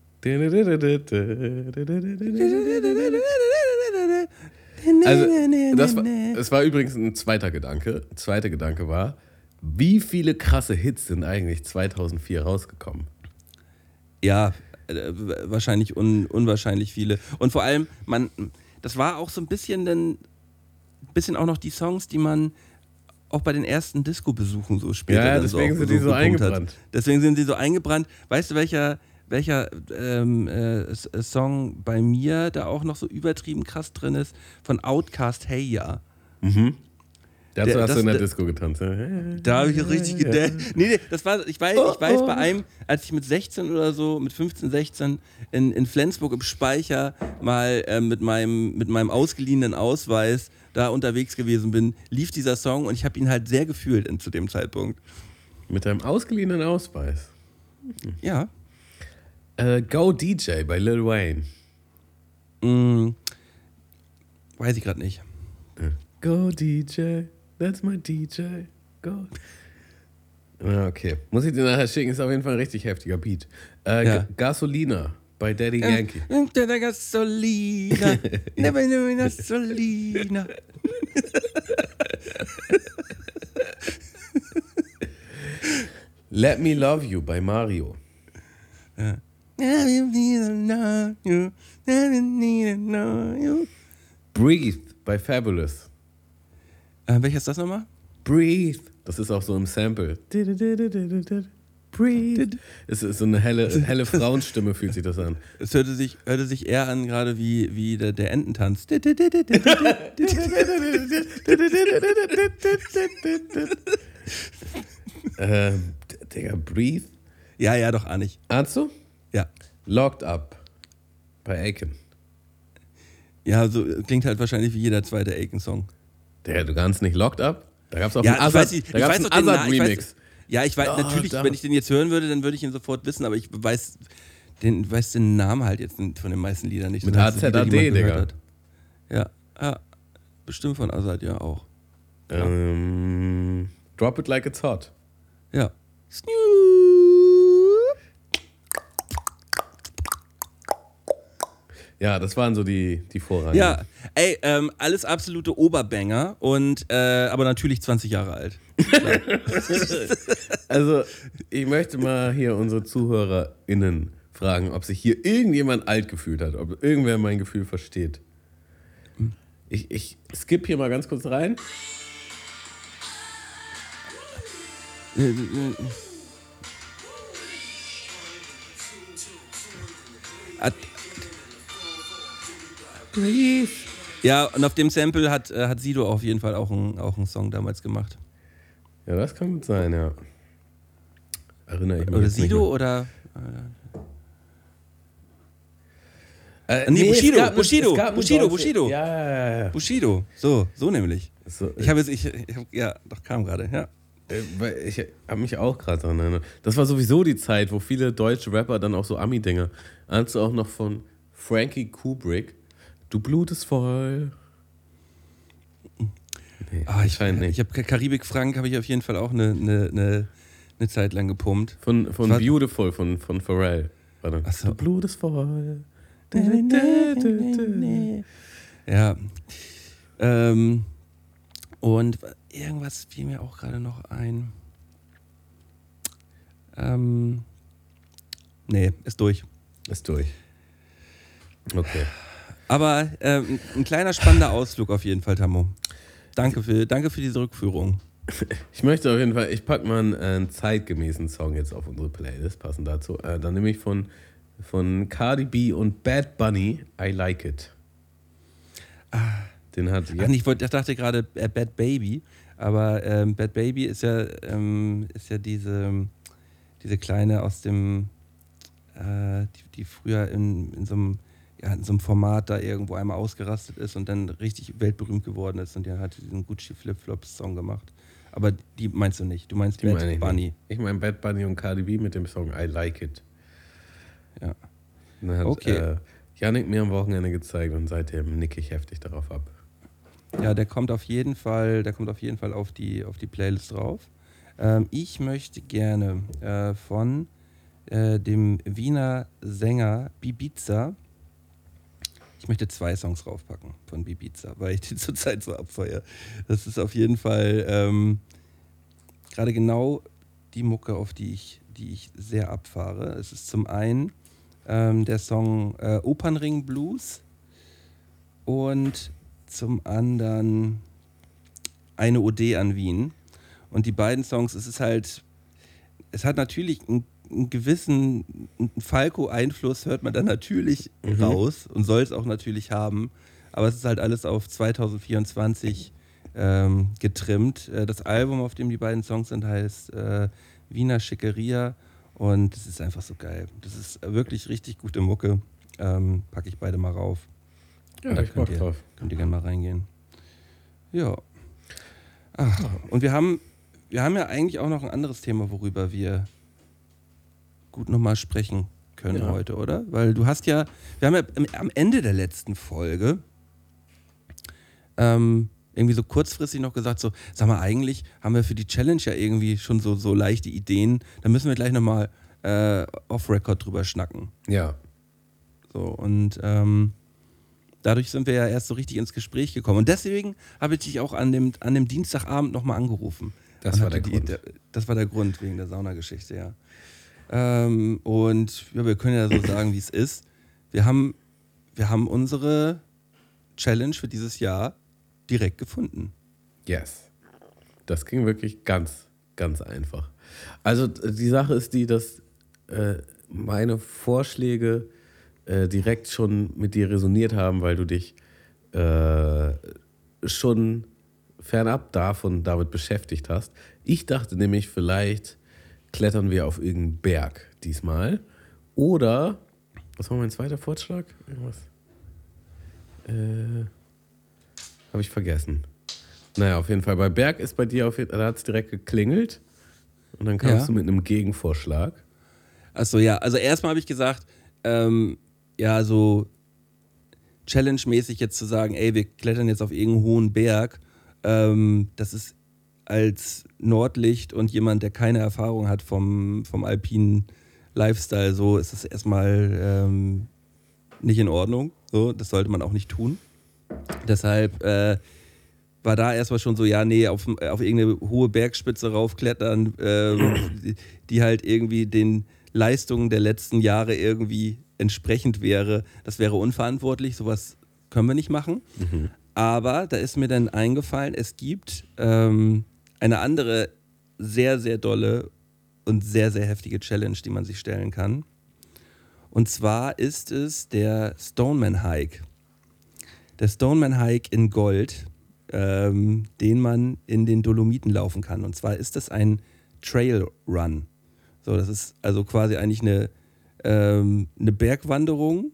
Also, das war, das war übrigens ein zweiter Gedanke. Ein zweiter Gedanke war, wie viele krasse Hits sind eigentlich zweitausendvier rausgekommen? Ja, äh, wahrscheinlich un, unwahrscheinlich viele. Und vor allem, man, das war auch so ein bisschen dann, bisschen auch noch die Songs, die man auch bei den ersten Disco-Besuchen so später. Ja, dann deswegen so sind die so eingebrannt. Hat. Deswegen sind sie so eingebrannt. Weißt du, welcher, welcher ähm, äh, Song bei mir da auch noch so übertrieben krass drin ist? Von Outkast, Hey Ya. Mhm. Dazu Der, hast das, du in der der, Disco getanzt. Da habe ich richtig gedacht. Nee, nee, das war, ich weiß, ich weiß bei einem, als ich mit sechzehn oder so, mit fünfzehn, sechzehn in, in Flensburg im Speicher mal äh, mit, meinem, mit meinem ausgeliehenen Ausweis da unterwegs gewesen bin, lief dieser Song und ich habe ihn halt sehr gefühlt in, zu dem Zeitpunkt. Mit deinem ausgeliehenen Ausweis? Ja. Äh, Go D J bei Lil Wayne. Mm, weiß ich gerade nicht. Go D J, that's my D J, go. Ah, okay. Muss ich dir nachher schicken, ist auf jeden Fall ein richtig heftiger Beat. Äh, Ja. G- Gasolina bei Daddy Yankee. Gasolina, never knew Gasolina. Let Me Love You bei Mario. Ja. Breathe bei Fabulous. Äh, welcher ist das nochmal? Breathe. Das ist auch so im Sample. Breathe. Es ist so eine helle, helle Frauenstimme, fühlt sich das an. Es hörte sich, hörte sich eher an, gerade wie, wie der, der Ententanz. ähm, Digga, Breathe. Ja, ja, doch, ahne ich. Ahnst du? Ja. Locked Up bei Aiken. Ja, so klingt halt wahrscheinlich wie jeder zweite Aiken-Song. Digga, du kannst nicht Locked Up? Da gab es auch Ja, einen ich Azad, weiß nicht, da ich gab's weiß einen doch den Na- ich Azad-Remix. weiß- Ja, ich weiß Oh, natürlich, da- wenn ich den jetzt hören würde, dann würde ich ihn sofort wissen, aber ich weiß den, weiß den Namen halt jetzt von den meisten Liedern nicht. Mit Das heißt, A Z A D, Lieder, die man Digga. gehört hat. Ja, ja, bestimmt von Azad, ja auch. Ähm, Drop It Like It's Hot. Ja. Ja, das waren so die, die Vorrangigen. Ja, ey, ähm, alles absolute Oberbanger und äh, aber natürlich zwanzig Jahre alt. Also, ich möchte mal hier unsere ZuhörerInnen fragen, ob sich hier irgendjemand alt gefühlt hat, ob irgendwer mein Gefühl versteht. Ich, ich skippe hier mal ganz kurz rein. Hat, ja, und auf dem Sample hat, äh, hat Sido auf jeden Fall auch einen auch einen Song damals gemacht. Ja, das kann gut sein, ja. Erinnere ich mich Oder jetzt nicht Sido mehr. oder. Äh, nee, es Bushido, gab eine- Bushido, es gab eine Bushido, deutsche- Bushido. Ja, ja, ja, ja. Bushido, so, so nämlich. So, Ich habe jetzt, ich, ich hab, ja, doch kam gerade, ja. Äh, weil Ich habe mich auch gerade daran erinnert. Das war sowieso die Zeit, wo viele deutsche Rapper dann auch so Ami-Dinger. Ahnst du auch noch von Frankie Kubrick? Du blutest voll. Nee, Ah, ich anscheinend nicht. ich habe Karibik Frank habe ich auf jeden Fall auch eine, eine, eine, eine Zeit lang gepumpt. Von, von Was? Beautiful, von, von Pharrell. Warte. Ach so. Du blutest voll. Ja. Ähm, und irgendwas fiel mir auch gerade noch ein. Ähm, nee, ist durch. Ist durch. Okay. Aber ähm, ein kleiner spannender Ausflug auf jeden Fall, Tammo. Danke für, danke für diese Rückführung. Ich möchte auf jeden Fall, ich packe mal einen, äh, einen zeitgemäßen Song jetzt auf unsere Playlist, passend dazu. Äh, dann nehme ich von, von Cardi B und Bad Bunny, I Like It. Den hat Ach, nee, ich, wollt, ich dachte gerade äh, Bad Baby, aber ähm, Bad Baby ist ja, ähm, ist ja diese, diese Kleine aus dem, äh, die, die früher in, in so einem ja, in so einem Format da irgendwo einmal ausgerastet ist und dann richtig weltberühmt geworden ist und die hat diesen Gucci Flip-Flops-Song gemacht. Aber die meinst du nicht, du meinst Die Bad meine ich Bunny. nicht. Ich meine Bad Bunny und Cardi B mit dem Song I Like It. Ja. Und dann hat Okay. äh, Yannick mir am Wochenende gezeigt und seitdem nicke ich heftig darauf ab. Ja, der kommt auf jeden Fall, der kommt auf jeden Fall auf die, auf die Playlist drauf. Ähm, ich möchte gerne äh, von äh, dem Wiener Sänger Bibiza, ich möchte zwei Songs draufpacken von Bibiza, weil ich die zurzeit so abfeuere. Das ist auf jeden Fall ähm, gerade genau die Mucke, auf die ich, die ich sehr abfahre. Es ist zum einen ähm, der Song äh, Opernring Blues und zum anderen Eine Ode an Wien. Und die beiden Songs, es ist halt, es hat natürlich einen, einen gewissen einen Falco-Einfluss, hört man dann natürlich mhm. raus und soll es auch natürlich haben. Aber es ist halt alles auf zwanzig vierundzwanzig ähm, getrimmt. Äh, das Album, auf dem die beiden Songs sind, heißt äh, Wiener Schickeria. Und es ist einfach so geil. Das ist wirklich richtig gute Mucke. Ähm, packe ich beide mal rauf. Ja, da ich könnt, ihr, drauf. könnt ihr gerne mal reingehen. Ja. Ach, und wir haben, wir haben ja eigentlich auch noch ein anderes Thema, worüber wir gut nochmal sprechen können ja. heute, oder? Weil du hast ja, wir haben ja am Ende der letzten Folge ähm, irgendwie so kurzfristig noch gesagt, so, sag mal, eigentlich haben wir für die Challenge ja irgendwie schon so, so leichte Ideen, da müssen wir gleich nochmal äh, off-Record drüber schnacken. Ja. So, und ähm, dadurch sind wir ja erst so richtig ins Gespräch gekommen. Und deswegen habe ich dich auch an dem, an dem Dienstagabend nochmal angerufen. Das war der die, Grund. Das war der Grund, wegen der Saunageschichte, ja. Ähm, und ja, wir können ja so sagen, wie es ist. Wir haben, wir haben unsere Challenge für dieses Jahr direkt gefunden. Yes. Das ging wirklich ganz, ganz einfach. Also die Sache ist die, dass äh, meine Vorschläge äh, direkt schon mit dir resoniert haben, weil du dich äh, schon fernab davon damit beschäftigt hast. Ich dachte nämlich, vielleicht klettern wir auf irgendeinen Berg diesmal. Oder, was war mein zweiter Vorschlag? Irgendwas. Äh, habe ich vergessen. Naja, auf jeden Fall. Bei Berg ist bei dir, auf jeden, da hat es direkt geklingelt. Und dann kamst ja. du mit einem Gegenvorschlag. Achso, ja. Also erstmal habe ich gesagt, ähm, ja, so challenge-mäßig jetzt zu sagen, ey, wir klettern jetzt auf irgendeinen hohen Berg, ähm, das ist als Nordlicht und jemand, der keine Erfahrung hat vom, vom alpinen Lifestyle, so ist es erstmal ähm, nicht in Ordnung. So, das sollte man auch nicht tun. Deshalb äh, war da erstmal schon so, ja, nee, auf, auf irgendeine hohe Bergspitze raufklettern, ähm, die, die halt irgendwie den Leistungen der letzten Jahre irgendwie entsprechend wäre, das wäre unverantwortlich, sowas können wir nicht machen. Mhm. Aber da ist mir dann eingefallen, es gibt ähm, eine andere sehr, sehr dolle und sehr, sehr heftige Challenge, die man sich stellen kann. Und zwar ist es der Stoneman Hike. Der Stoneman Hike in Gold, ähm, den man in den Dolomiten laufen kann. Und zwar ist das ein Trail Run. So, das ist also quasi eigentlich eine, ähm, eine Bergwanderung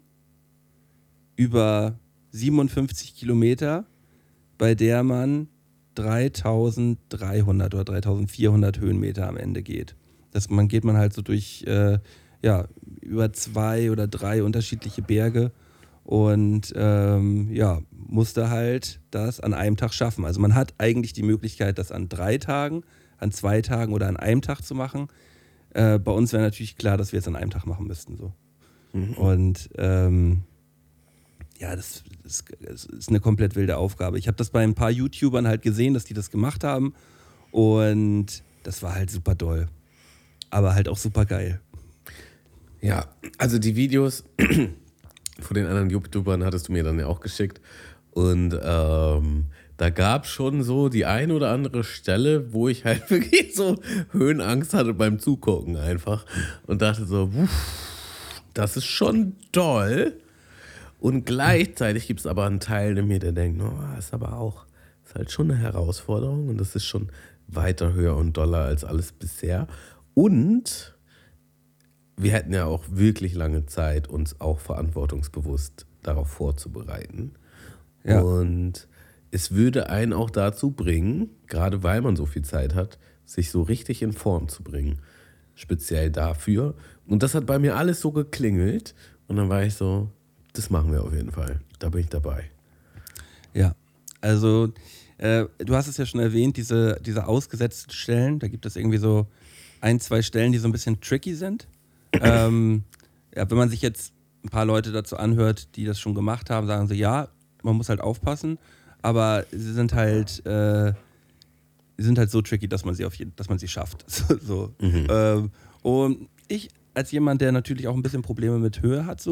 über siebenundfünfzig Kilometer, bei der man dreitausenddreihundert oder dreitausendvierhundert Höhenmeter am Ende geht. Das man geht man halt so durch äh, ja, über zwei oder drei unterschiedliche Berge und ähm, ja, musste halt das an einem Tag schaffen. Also man hat eigentlich die Möglichkeit, das an drei Tagen, an zwei Tagen oder an einem Tag zu machen. Äh, bei uns wäre natürlich klar, dass wir es an einem Tag machen müssten. So. Mhm. Und ähm, ja, das, das, das ist eine komplett wilde Aufgabe. Ich habe das bei ein paar YouTubern halt gesehen, dass die das gemacht haben und das war halt super doll. Aber halt auch super geil. Ja, also die Videos von den anderen YouTubern hattest du mir dann ja auch geschickt und ähm, da gab es schon so die ein oder andere Stelle, wo ich halt wirklich so Höhenangst hatte beim Zugucken einfach und dachte so, das ist schon doll. Und gleichzeitig gibt es aber einen Teil in mir, der denkt, no, ist aber auch, ist halt schon eine Herausforderung und das ist schon weiter höher und doller als alles bisher. Und wir hätten ja auch wirklich lange Zeit, uns auch verantwortungsbewusst darauf vorzubereiten. Ja. Und es würde einen auch dazu bringen, gerade weil man so viel Zeit hat, sich so richtig in Form zu bringen. Speziell dafür. Und das hat bei mir alles so geklingelt und dann war ich so, das machen wir auf jeden Fall. Da bin ich dabei. Ja, also äh, du hast es ja schon erwähnt, diese, diese ausgesetzten Stellen, da gibt es irgendwie so ein, zwei Stellen, die so ein bisschen tricky sind. ähm, ja, wenn man sich jetzt ein paar Leute dazu anhört, die das schon gemacht haben, sagen sie, ja, man muss halt aufpassen, aber sie sind halt, äh, sie sind halt so tricky, dass man sie auf jeden, dass man sie schafft. so, so. Mhm. Ähm, und ich als jemand, der natürlich auch ein bisschen Probleme mit Höhe hat, so,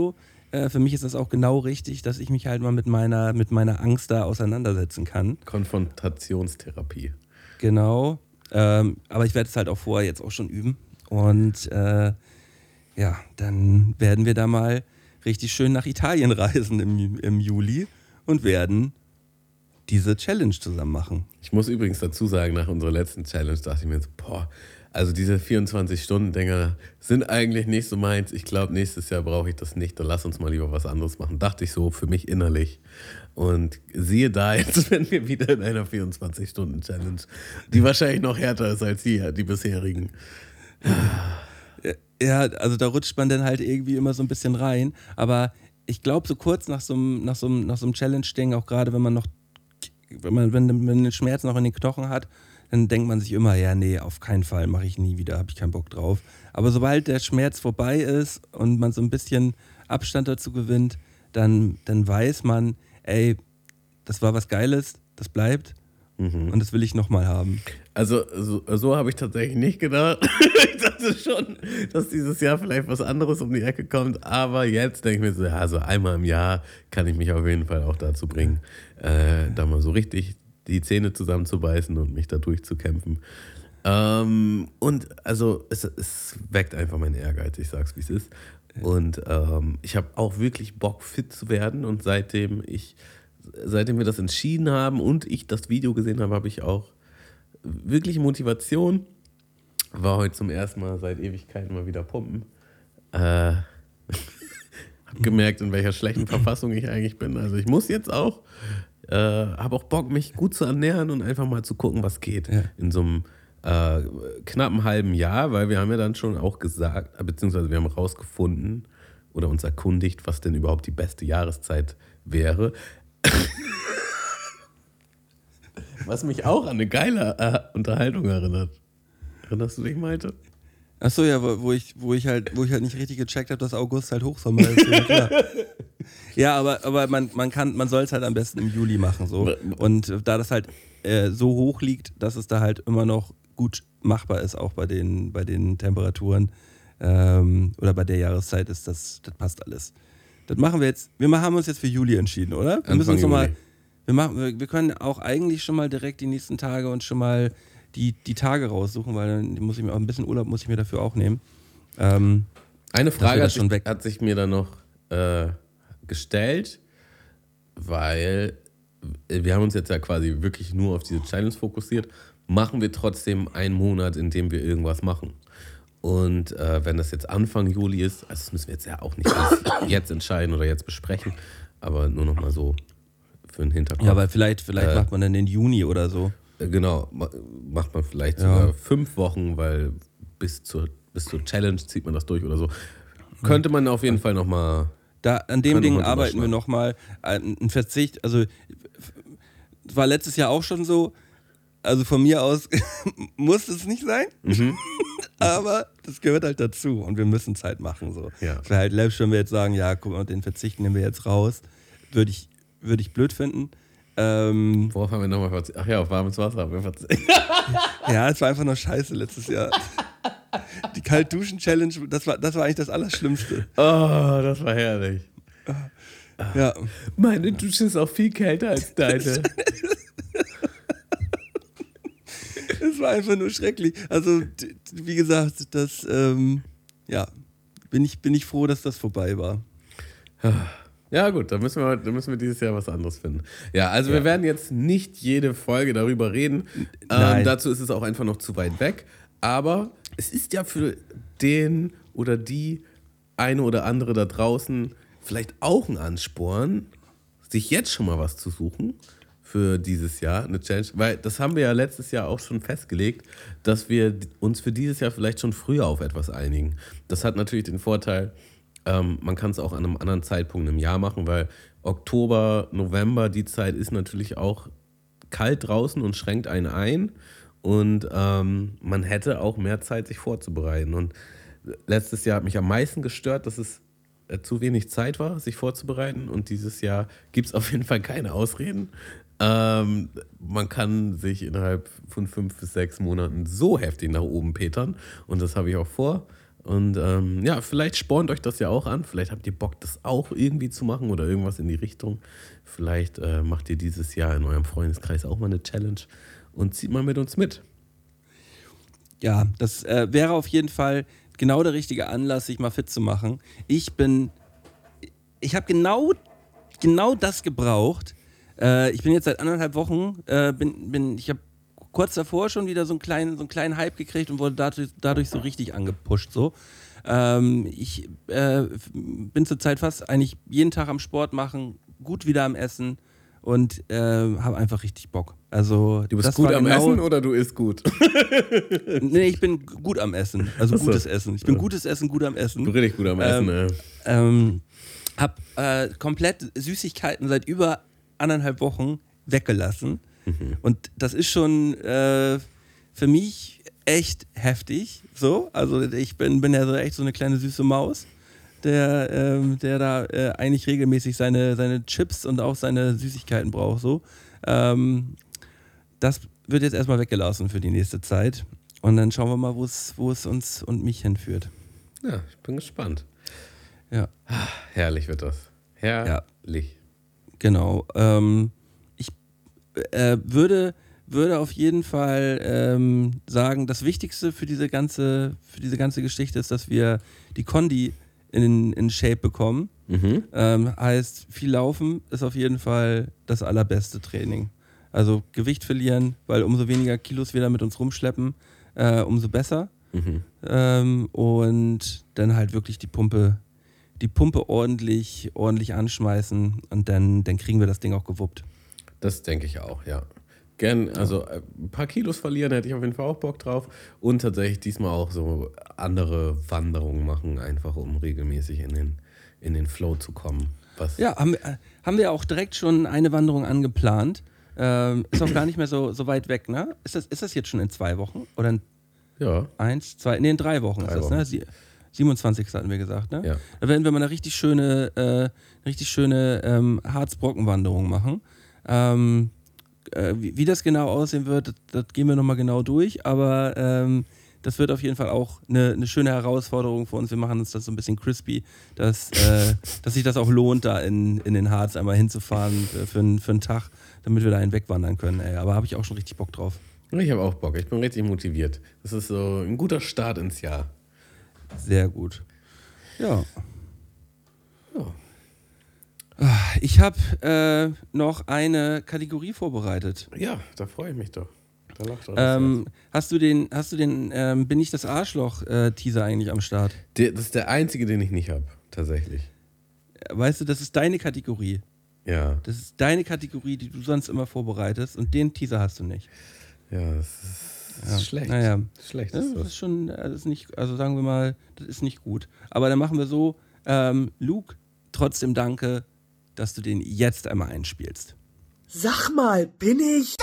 Äh, für mich ist das auch genau richtig, dass ich mich halt mal mit meiner, mit meiner Angst da auseinandersetzen kann. Konfrontationstherapie. Genau. Ähm, aber ich werde es halt auch vorher jetzt auch schon üben. Und äh, ja, dann werden wir da mal richtig schön nach Italien reisen im, im Juli und werden diese Challenge zusammen machen. Ich muss übrigens dazu sagen, nach unserer letzten Challenge dachte ich mir so, boah, also diese vierundzwanzig-Stunden-Dinger sind eigentlich nicht so meins. Ich glaube, nächstes Jahr brauche ich das nicht. Dann lass uns mal lieber was anderes machen. Dachte ich so für mich innerlich. Und siehe da, jetzt sind wir wieder in einer vierundzwanzig-Stunden-Challenge, die wahrscheinlich noch härter ist als die, die bisherigen. Ja, also da rutscht man dann halt irgendwie immer so ein bisschen rein. Aber ich glaube, so kurz nach so einem, nach so einem, nach so einem Challenge-Ding, auch gerade wenn man noch, wenn man, wenn man den Schmerz noch in den Knochen hat, dann denkt man sich immer, ja, nee, auf keinen Fall, mache ich nie wieder, habe ich keinen Bock drauf. Aber sobald der Schmerz vorbei ist und man so ein bisschen Abstand dazu gewinnt, dann, dann weiß man, ey, das war was Geiles, das bleibt mhm. und das will ich nochmal haben. Also so, so habe ich tatsächlich nicht gedacht. Ich dachte schon, dass dieses Jahr vielleicht was anderes um die Ecke kommt, aber jetzt denke ich mir so, ja, so einmal im Jahr kann ich mich auf jeden Fall auch dazu bringen, äh, da mal so richtig die Zähne zusammenzubeißen und mich da durchzukämpfen. Ähm, und also es, es weckt einfach meinen Ehrgeiz, ich sag's wie es ist. Und ähm, ich habe auch wirklich Bock, fit zu werden. Und seitdem ich, seitdem wir das entschieden haben und ich das Video gesehen habe, habe ich auch wirklich Motivation. War heute zum ersten Mal seit Ewigkeiten mal wieder pumpen. Äh, habe gemerkt, in welcher schlechten Verfassung ich eigentlich bin. Also ich muss jetzt auch, äh, habe auch Bock, mich gut zu ernähren und einfach mal zu gucken, was geht ja. in so einem äh, knappen halben Jahr, weil wir haben ja dann schon auch gesagt, beziehungsweise wir haben rausgefunden oder uns erkundigt, was denn überhaupt die beste Jahreszeit wäre. Was mich auch an eine geile äh, Unterhaltung erinnert. Erinnerst du dich, Malte? Achso, ja, wo, wo, ich, wo, ich halt, wo ich halt nicht richtig gecheckt habe, dass August halt Hochsommer ist. Ja, klar. Ja, aber, aber man, man, kann, man soll es halt am besten im Juli machen. So. Und da das halt äh, so hoch liegt, dass es da halt immer noch gut machbar ist, auch bei den, bei den Temperaturen ähm, oder bei der Jahreszeit, ist das, das passt alles. Das machen wir jetzt, wir haben uns jetzt für Juli entschieden, oder? Wir Anfang müssen uns nochmal, Juli. wir, machen, wir, wir können auch eigentlich schon mal direkt die nächsten Tage und schon mal die, die Tage raussuchen, weil dann muss ich mir auch ein bisschen Urlaub muss ich mir dafür auch nehmen. Ähm, Eine Frage hat schon sich, weg. hat sich mir dann noch äh, gestellt, weil wir haben uns jetzt ja quasi wirklich nur auf diese Challenge fokussiert. Machen wir trotzdem einen Monat, in dem wir irgendwas machen. Und äh, wenn das jetzt Anfang Juli ist, also das müssen wir jetzt ja auch nicht jetzt entscheiden oder jetzt besprechen, aber nur noch mal so für den Hinterkopf. Ja, aber vielleicht, vielleicht Äh, macht man dann den Juni oder so. Genau, ma- macht man vielleicht Ja. sogar fünf Wochen, weil bis zur, bis zur Challenge zieht man das durch oder so. Könnte man auf jeden Fall nochmal. Da, an dem Können wir Ding mal drüber arbeiten wir schnacken. nochmal. Ein Verzicht, also war letztes Jahr auch schon so. Also von mir aus muss es nicht sein, Mhm. aber das gehört halt dazu und wir müssen es halt machen. So. Ja. Es wäre halt läppisch, wenn wir jetzt sagen, ja, guck mal, den Verzicht nehmen wir jetzt raus. Würde ich, würde ich blöd finden. Ähm, Worauf haben wir nochmal verzichtet? Ach ja, auf warmes Wasser haben wir verzichtet. ja, es war einfach nur scheiße letztes Jahr. Die Kalt-Duschen-Challenge, das war, das war eigentlich das Allerschlimmste. Oh, das war herrlich. Ja. Meine Dusche ist auch viel kälter als deine. Es war einfach nur schrecklich. Also, d- wie gesagt, das, ähm, ja, bin ich, bin ich froh, dass das vorbei war. Ja gut, dann müssen wir, dann müssen wir dieses Jahr was anderes finden. Ja, also Ja. wir werden jetzt nicht jede Folge darüber reden. Ähm, Nein. dazu ist es auch einfach noch zu weit weg. Aber es ist ja für den oder die eine oder andere da draußen vielleicht auch ein Ansporn, sich jetzt schon mal was zu suchen für dieses Jahr, eine Challenge. Weil das haben wir ja letztes Jahr auch schon festgelegt, dass wir uns für dieses Jahr vielleicht schon früher auf etwas einigen. Das hat natürlich den Vorteil, ähm, man kann es auch an einem anderen Zeitpunkt im Jahr machen, weil Oktober, November, die Zeit ist natürlich auch kalt draußen und schränkt einen ein. Und ähm, man hätte auch mehr Zeit, sich vorzubereiten. Und letztes Jahr hat mich am meisten gestört, dass es äh, zu wenig Zeit war, sich vorzubereiten. Und dieses Jahr gibt es auf jeden Fall keine Ausreden. Ähm, man kann sich innerhalb von fünf bis sechs Monaten so heftig nach oben petern. Und das habe ich auch vor. Und ähm, ja, vielleicht spornt euch das ja auch an. Vielleicht habt ihr Bock, das auch irgendwie zu machen oder irgendwas in die Richtung. Vielleicht äh, macht ihr dieses Jahr in eurem Freundeskreis auch mal eine Challenge und zieht mal mit uns mit. Ja, das äh, wäre auf jeden Fall genau der richtige Anlass, sich mal fit zu machen. Ich bin, ich habe genau, genau das gebraucht. Äh, ich bin jetzt seit anderthalb Wochen, äh, bin, bin, ich habe kurz davor schon wieder so einen kleinen, so einen kleinen Hype gekriegt und wurde dadurch, dadurch so richtig angepusht. So. Ähm, ich äh, bin zurzeit fast eigentlich jeden Tag am Sport machen, gut wieder am Essen und äh, habe einfach richtig Bock. Also, du bist das gut war am genau, Essen oder du isst gut? Nee, ich bin gut am Essen. Also Achso. gutes Essen. Ich bin gutes Essen, gut am Essen. Du bist richtig gut am Essen, Ähm, ja. Ähm, hab äh, komplett Süßigkeiten seit über anderthalb Wochen weggelassen. Mhm. Und das ist schon äh, für mich echt heftig. So, also ich bin, bin ja so echt so eine kleine süße Maus, der, ähm, der da äh, eigentlich regelmäßig seine, seine Chips und auch seine Süßigkeiten braucht. So. Ähm, das wird jetzt erstmal weggelassen für die nächste Zeit. Und dann schauen wir mal, wo es, wo es uns und mich hinführt. Ja, ich bin gespannt. Ja. Herrlich wird das. Herrlich. Genau. Ähm, ich äh, würde, würde auf jeden Fall ähm, sagen, das Wichtigste für diese ganze, für diese ganze Geschichte ist, dass wir die Kondi in, in Shape bekommen. Mhm. Ähm, heißt, viel Laufen ist auf jeden Fall das allerbeste Training. Also Gewicht verlieren, weil umso weniger Kilos wir da mit uns rumschleppen, äh, umso besser. Mhm. Ähm, und dann halt wirklich die Pumpe, die Pumpe ordentlich, ordentlich anschmeißen und dann, dann kriegen wir das Ding auch gewuppt. Das denke ich auch, ja. Gern, also äh, ein paar Kilos verlieren, hätte ich auf jeden Fall auch Bock drauf. Und tatsächlich diesmal auch so andere Wanderungen machen, einfach um regelmäßig in den, in den Flow zu kommen. Was Ja, haben, wir- haben wir auch direkt schon eine Wanderung angeplant. Ähm, ist auch gar nicht mehr so, so weit weg, ne? Ist das, ist das jetzt schon in zwei Wochen? Oder in ja, eins, zwei, nee, in drei Wochen Drei ist das, Wochen. ne? Sie, siebenundzwanzigsten hatten wir gesagt, ne? ja. Da werden wir mal eine richtig schöne, äh, richtig schöne ähm, Harzbrockenwanderung machen. Ähm, äh, wie, wie das genau aussehen wird, das, das gehen wir nochmal genau durch, aber ähm, das wird auf jeden Fall auch eine, eine schöne Herausforderung für uns. Wir machen uns das so ein bisschen crispy, dass, äh, dass sich das auch lohnt, da in, in den Harz einmal hinzufahren äh, für, einen- für einen Tag, damit wir da einen wegwandern können. Ey. Aber habe ich auch schon richtig Bock drauf. Ich habe auch Bock, ich bin richtig motiviert. Das ist so ein guter Start ins Jahr. Sehr gut. Ja. Ja, Ich habe äh, noch eine Kategorie vorbereitet. ja da freue ich mich doch. Da lacht doch Ähm, hast du den, hast du den ähm, Bin ich das Arschloch-Teaser eigentlich am Start? der, das ist der einzige, den ich nicht habe, tatsächlich. Weißt du, das ist deine Kategorie. Ja, Das ist deine Kategorie, die du sonst immer vorbereitest und den Teaser hast du nicht. ja, das ist, das Ja. ist schlecht. Naja. Schlecht Ja, ist das das. ist schon, äh, das ist nicht, also sagen wir mal, das ist nicht gut. Aber dann machen wir so, ähm, Luke, trotzdem danke, dass du den jetzt einmal einspielst. Sag mal, bin ich?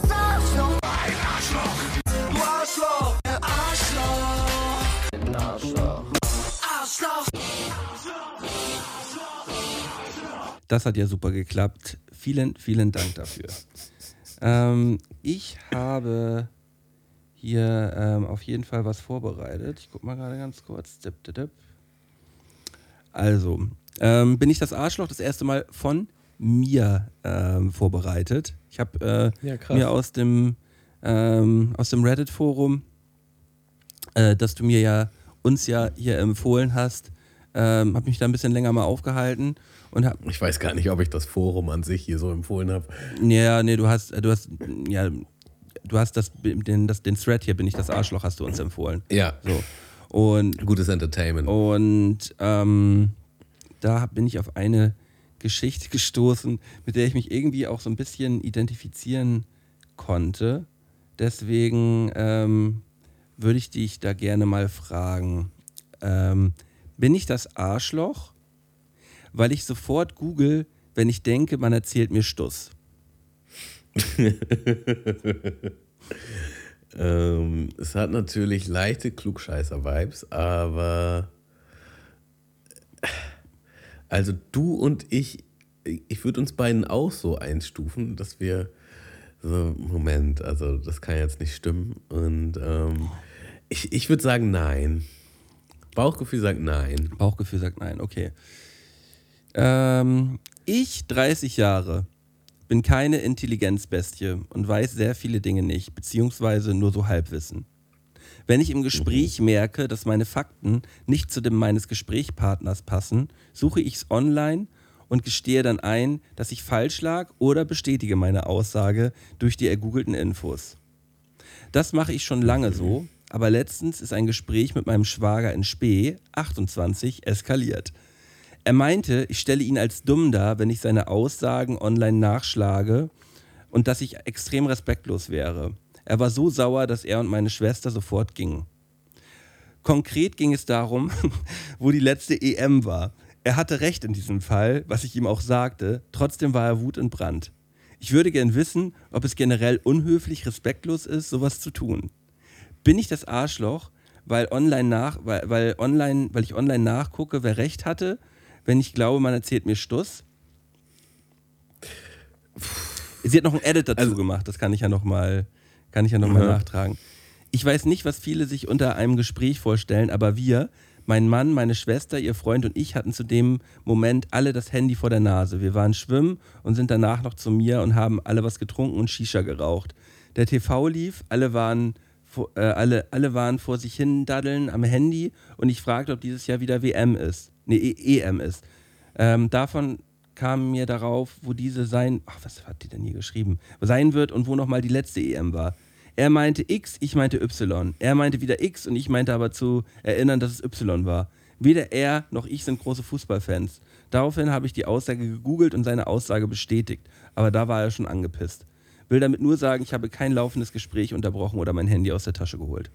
Das hat ja super geklappt. Vielen, vielen Dank dafür. Ähm, ich habe hier ähm, auf jeden Fall was vorbereitet. Ich gucke mal gerade ganz kurz. Dip, dip, dip. Also, ähm, bin ich das Arschloch das erste Mal von mir ähm, vorbereitet. Ich habe äh, Ja, krass. mir aus dem, ähm, aus dem Reddit-Forum, äh, das du mir ja uns ja hier empfohlen hast, ähm, habe mich da ein bisschen länger mal aufgehalten und habe Ich weiß gar nicht, ob ich das Forum an sich hier so empfohlen habe. Ja, nee, du hast, du hast, ja, du hast das, den, das, den Thread hier, bin ich das Arschloch, hast du uns empfohlen. Ja, So. Und, gutes Entertainment. und ähm, da bin ich auf eine Geschichte gestoßen, mit der ich mich irgendwie auch so ein bisschen identifizieren konnte. Deswegen ähm, würde ich dich da gerne mal fragen, ähm, bin ich das Arschloch, weil ich sofort google, wenn ich denke, man erzählt mir Stuss? Ähm, es hat natürlich leichte Klugscheißer-Vibes, aber also du und ich, ich würde uns beiden auch so einstufen, dass wir so, Moment, also das kann jetzt nicht stimmen und ähm, ich, ich würde sagen nein. Bauchgefühl sagt nein. Bauchgefühl sagt nein, okay. Ähm, ich, dreißig Jahre, bin keine Intelligenzbestie und weiß sehr viele Dinge nicht, beziehungsweise nur so Halbwissen. Wenn ich im Gespräch merke, dass meine Fakten nicht zu dem meines Gesprächspartners passen, suche ich es online und gestehe dann ein, dass ich falsch lag oder bestätige meine Aussage durch die ergoogelten Infos. Das mache ich schon lange so, aber letztens ist ein Gespräch mit meinem Schwager in Spee, achtundzwanzig, eskaliert. Er meinte, ich stelle ihn als dumm dar, wenn ich seine Aussagen online nachschlage und dass ich extrem respektlos wäre. Er war so sauer, dass er und meine Schwester sofort gingen. Konkret ging es darum, wo die letzte E M war. Er hatte recht in diesem Fall, was ich ihm auch sagte, trotzdem war er wutentbrannt. Ich würde gern wissen, ob es generell unhöflich, respektlos ist, sowas zu tun. Bin ich das Arschloch, weil, online nach, weil, weil, online, weil ich online nachgucke, wer recht hatte, wenn ich glaube, man erzählt mir Stuss? Sie hat noch ein Edit dazu also, gemacht, das kann ich ja nochmal kann ich ja noch mal ja. nachtragen. Ich weiß nicht, was viele sich unter einem Gespräch vorstellen, aber wir, mein Mann, meine Schwester, ihr Freund und ich hatten zu dem Moment alle das Handy vor der Nase. Wir waren schwimmen und sind danach noch zu mir und haben alle was getrunken und Shisha geraucht. Der T V lief, alle waren, äh, alle, alle waren vor sich hin daddeln am Handy und ich fragte, ob dieses Jahr wieder W M ist. Nee, E M ist. Ähm, davon kam mir darauf, wo diese sein, ach, was hat die denn hier geschrieben, sein wird und wo nochmal die letzte E M war. Er meinte X, ich meinte Y. Er meinte wieder X und ich meinte aber zu erinnern, dass es Y war. Weder er noch ich sind große Fußballfans. Daraufhin habe ich die Aussage gegoogelt und seine Aussage bestätigt. Aber da war er schon angepisst. Will damit nur sagen, ich habe kein laufendes Gespräch unterbrochen oder mein Handy aus der Tasche geholt.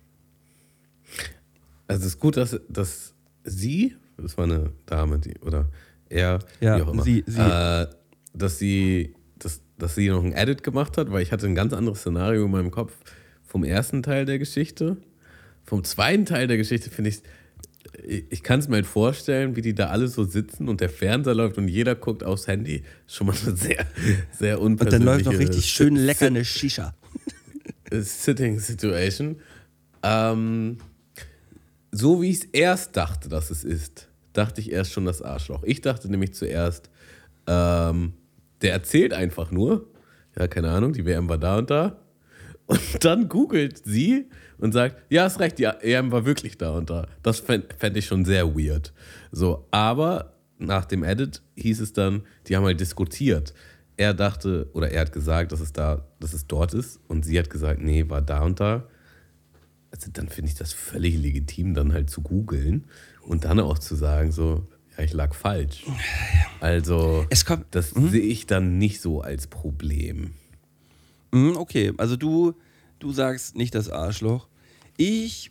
Also es ist gut, dass, dass sie, das war eine Dame, die, oder er, ja, wie auch immer, sie, sie. Äh, dass sie dass, dass sie noch ein Edit gemacht hat, weil ich hatte ein ganz anderes Szenario in meinem Kopf vom ersten Teil der Geschichte. Vom zweiten Teil der Geschichte finde ich, ich kann es mir halt vorstellen, wie die da alle so sitzen und der Fernseher läuft und jeder guckt aufs Handy. Schon mal eine sehr, sehr unpersönliche... Und dann läuft noch richtig schön lecker eine Shisha. Sitting Situation. Ähm, so wie ich es erst dachte, dass es ist, dachte ich erst schon das Arschloch. Ich dachte nämlich zuerst, ähm, der erzählt einfach nur, ja, keine Ahnung, die W M war da und da. Und dann googelt sie und sagt, ja, ist recht, die E M war wirklich da und da. Das fände fänd ich schon sehr weird. So, aber nach dem Edit hieß es dann, die haben halt diskutiert. Er dachte, oder er hat gesagt, dass es da, dass es dort ist. Und sie hat gesagt, nee, war da und da. Also dann finde ich das völlig legitim, dann halt zu googeln und dann auch zu sagen, so, ja, ich lag falsch. Also, es kommt, das mhm. sehe ich dann nicht so als Problem. Mhm, okay, also du, du sagst nicht das Arschloch. Ich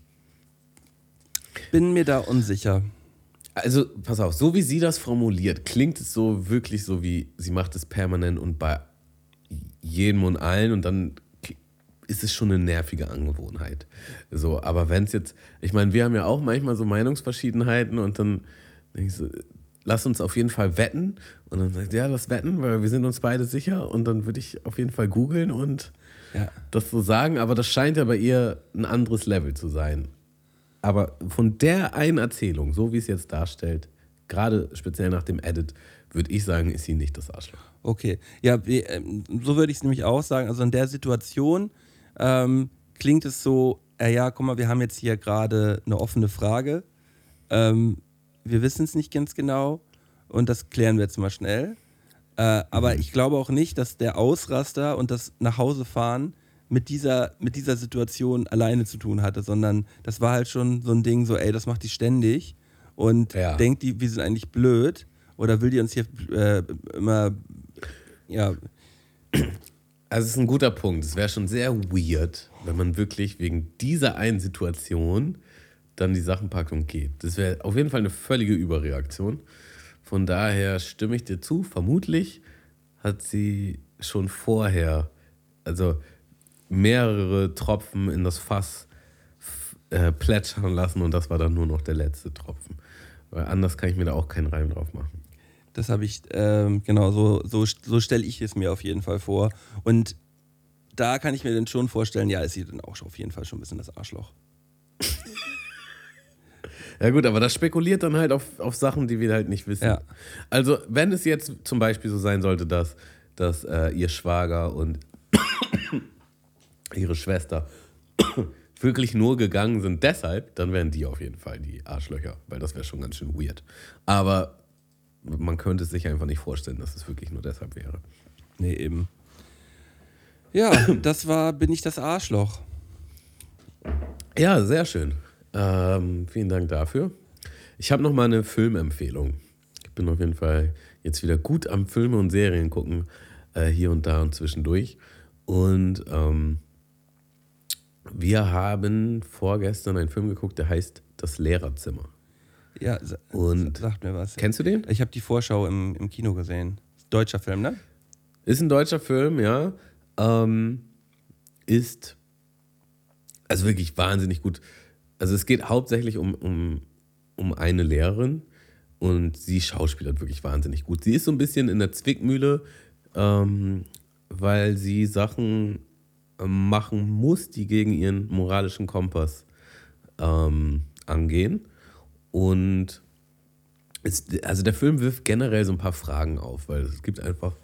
bin mir da unsicher. Also, pass auf, so wie sie das formuliert, klingt es so wirklich so wie, sie macht es permanent und bei jedem und allen und dann ist es schon eine nervige Angewohnheit. So, aber wenn es jetzt, ich meine, wir haben ja auch manchmal so Meinungsverschiedenheiten und dann denke ich so, lass uns auf jeden Fall wetten. Und dann sagt ja, lass wetten, weil wir sind uns beide sicher. Und dann würde ich auf jeden Fall googeln und ja. das so sagen. Aber das scheint ja bei ihr ein anderes Level zu sein. Aber von der einen Erzählung, so wie es jetzt darstellt, gerade speziell nach dem Edit, würde ich sagen, ist sie nicht das Arschloch. Okay, ja, so würde ich es nämlich auch sagen. Also in der Situation ähm, klingt es so, äh, ja, guck mal, wir haben jetzt hier gerade eine offene Frage. Ähm, wir wissen es nicht ganz genau und das klären wir jetzt mal schnell. Äh, aber ich glaube auch nicht, dass der Ausraster und das Nachhausefahren mit dieser, mit dieser Situation alleine zu tun hatte, sondern das war halt schon so ein Ding, so ey, das macht die ständig und ja. denkt die, wir sind eigentlich blöd oder will die uns hier äh, immer, ja... Also es ist ein guter Punkt. Es wäre schon sehr weird, wenn man wirklich wegen dieser einen Situation dann die Sachen packt und geht. Das wäre auf jeden Fall eine völlige Überreaktion. Von daher stimme ich dir zu. Vermutlich hat sie schon vorher, also mehrere Tropfen in das Fass äh, plätschern lassen und das war dann nur noch der letzte Tropfen. Weil anders kann ich mir da auch keinen Reim drauf machen. Das habe ich, ähm, genau, so, so, so stelle ich es mir auf jeden Fall vor. Und da kann ich mir dann schon vorstellen, ja, ist sie dann auch schon auf jeden Fall schon ein bisschen das Arschloch. Ja gut, aber das spekuliert dann halt auf, auf Sachen, die wir halt nicht wissen. Ja. Also wenn es jetzt zum Beispiel so sein sollte, dass, dass äh, ihr Schwager und ihre Schwester wirklich nur gegangen sind deshalb, dann wären die auf jeden Fall die Arschlöcher, weil das wäre schon ganz schön weird. Aber man könnte es sich einfach nicht vorstellen, dass es wirklich nur deshalb wäre. Nee, eben. Ja, das war Bin ich das Arschloch. Ja, sehr schön. Ähm, vielen Dank dafür. Ich habe noch mal eine Filmempfehlung. Ich bin auf jeden Fall jetzt wieder gut am Filme und Serien gucken, äh, hier und da und zwischendurch. Und ähm, wir haben vorgestern einen Film geguckt, der heißt Das Lehrerzimmer. Ja, sa- Und sagt mir was. Kennst du den? Ich habe die Vorschau im, im Kino gesehen. Deutscher Film, ne? Ist ein deutscher Film, ja. Ähm, ist also wirklich wahnsinnig gut. Also es geht hauptsächlich um, um, um eine Lehrerin und sie schauspielert wirklich wahnsinnig gut. Sie ist so ein bisschen in der Zwickmühle, ähm, weil sie Sachen machen muss, die gegen ihren moralischen Kompass ähm, angehen. Und es, also der Film wirft generell so ein paar Fragen auf, weil es gibt einfach,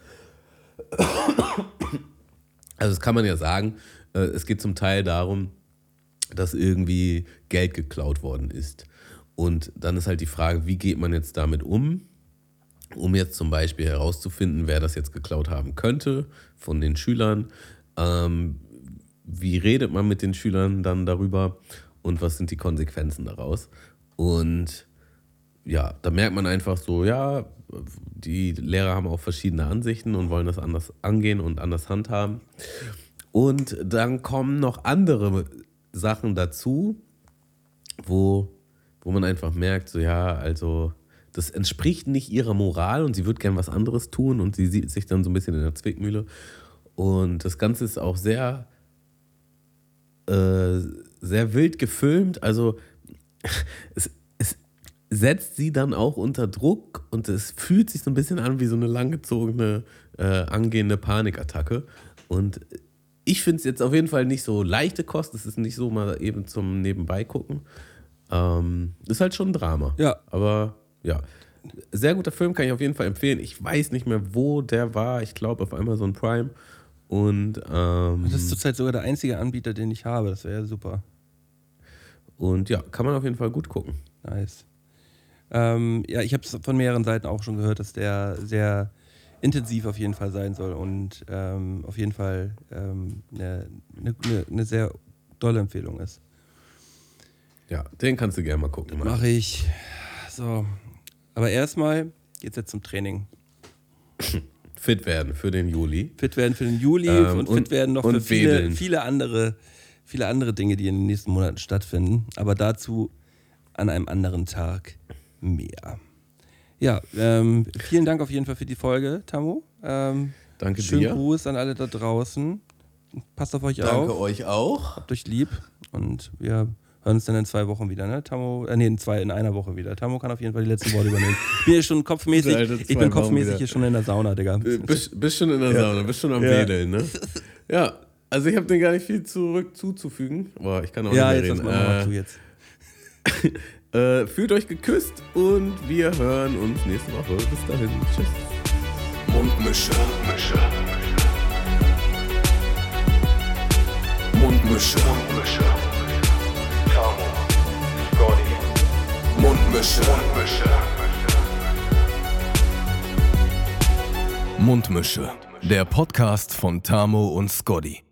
also das kann man ja sagen, äh, es geht zum Teil darum, dass irgendwie Geld geklaut worden ist. Und dann ist halt die Frage, wie geht man jetzt damit um, um jetzt zum Beispiel herauszufinden, wer das jetzt geklaut haben könnte von den Schülern. Ähm, wie redet man mit den Schülern dann darüber und was sind die Konsequenzen daraus? Und ja, da merkt man einfach so, ja, die Lehrer haben auch verschiedene Ansichten und wollen das anders angehen und anders handhaben. Und dann kommen noch andere Sachen dazu, wo, wo man einfach merkt, so ja, also das entspricht nicht ihrer Moral und sie wird gern was anderes tun und sie sieht sich dann so ein bisschen in der Zwickmühle. Und das Ganze ist auch sehr, äh, sehr wild gefilmt. Also es, es setzt sie dann auch unter Druck und es fühlt sich so ein bisschen an wie so eine langgezogene, äh, angehende Panikattacke. Und ich finde es jetzt auf jeden Fall nicht so leichte Kost. Es ist nicht so mal eben zum Nebenbei gucken. Ähm, ist halt schon ein Drama. Ja. Aber ja, sehr guter Film, kann ich auf jeden Fall empfehlen. Ich weiß nicht mehr, wo der war. Ich glaube auf Amazon Prime. Und ähm, Das ist zurzeit sogar der einzige Anbieter, den ich habe. Das wäre ja super. Und ja, kann man auf jeden Fall gut gucken. Nice. Ähm, ja, ich habe es von mehreren Seiten auch schon gehört, dass der sehr intensiv auf jeden Fall sein soll und ähm, auf jeden Fall ähm, eine, eine, eine sehr dolle Empfehlung ist. Ja, den kannst du gerne mal gucken. Mache ich. So. Aber erstmal geht's jetzt zum Training. Fit werden für den Juli. Fit werden für den Juli Ähm, und fit und- werden noch und für viele, wedeln. viele, andere, viele andere Dinge, die in den nächsten Monaten stattfinden. Aber dazu an einem anderen Tag mehr. Ja, ähm, vielen Dank auf jeden Fall für die Folge, Tammo. Ähm, Danke schönen dir. Gruß an alle da draußen. Passt auf euch Danke auf. euch auch. Habt euch lieb. Und wir hören uns dann in zwei Wochen wieder, ne? Tammo, äh, nee, in, zwei, in einer Woche wieder. Tammo kann auf jeden Fall die letzten Worte übernehmen. Ich bin hier schon kopfmäßig, Alter, ich zwei bin Wochen kopfmäßig wieder. hier schon in der Sauna, Digga. Bist, bist schon in der Sauna, bist schon am Ja. Wedeln, ne? Ja, also ich habe dir gar nicht viel zurück zuzufügen. Boah, ich kann auch Ja, nicht jetzt mehr lass mal mal reden. zu jetzt. Äh, äh, fühlt euch geküsst und wir hören uns nächste Woche. Bis dahin. Tschüss. Mundmische. Mundmische. Mundmische. Mundmische. Tamo. Scotty. Mundmische. Mundmische. Mundmische. Der Podcast von Tamo und Scotty.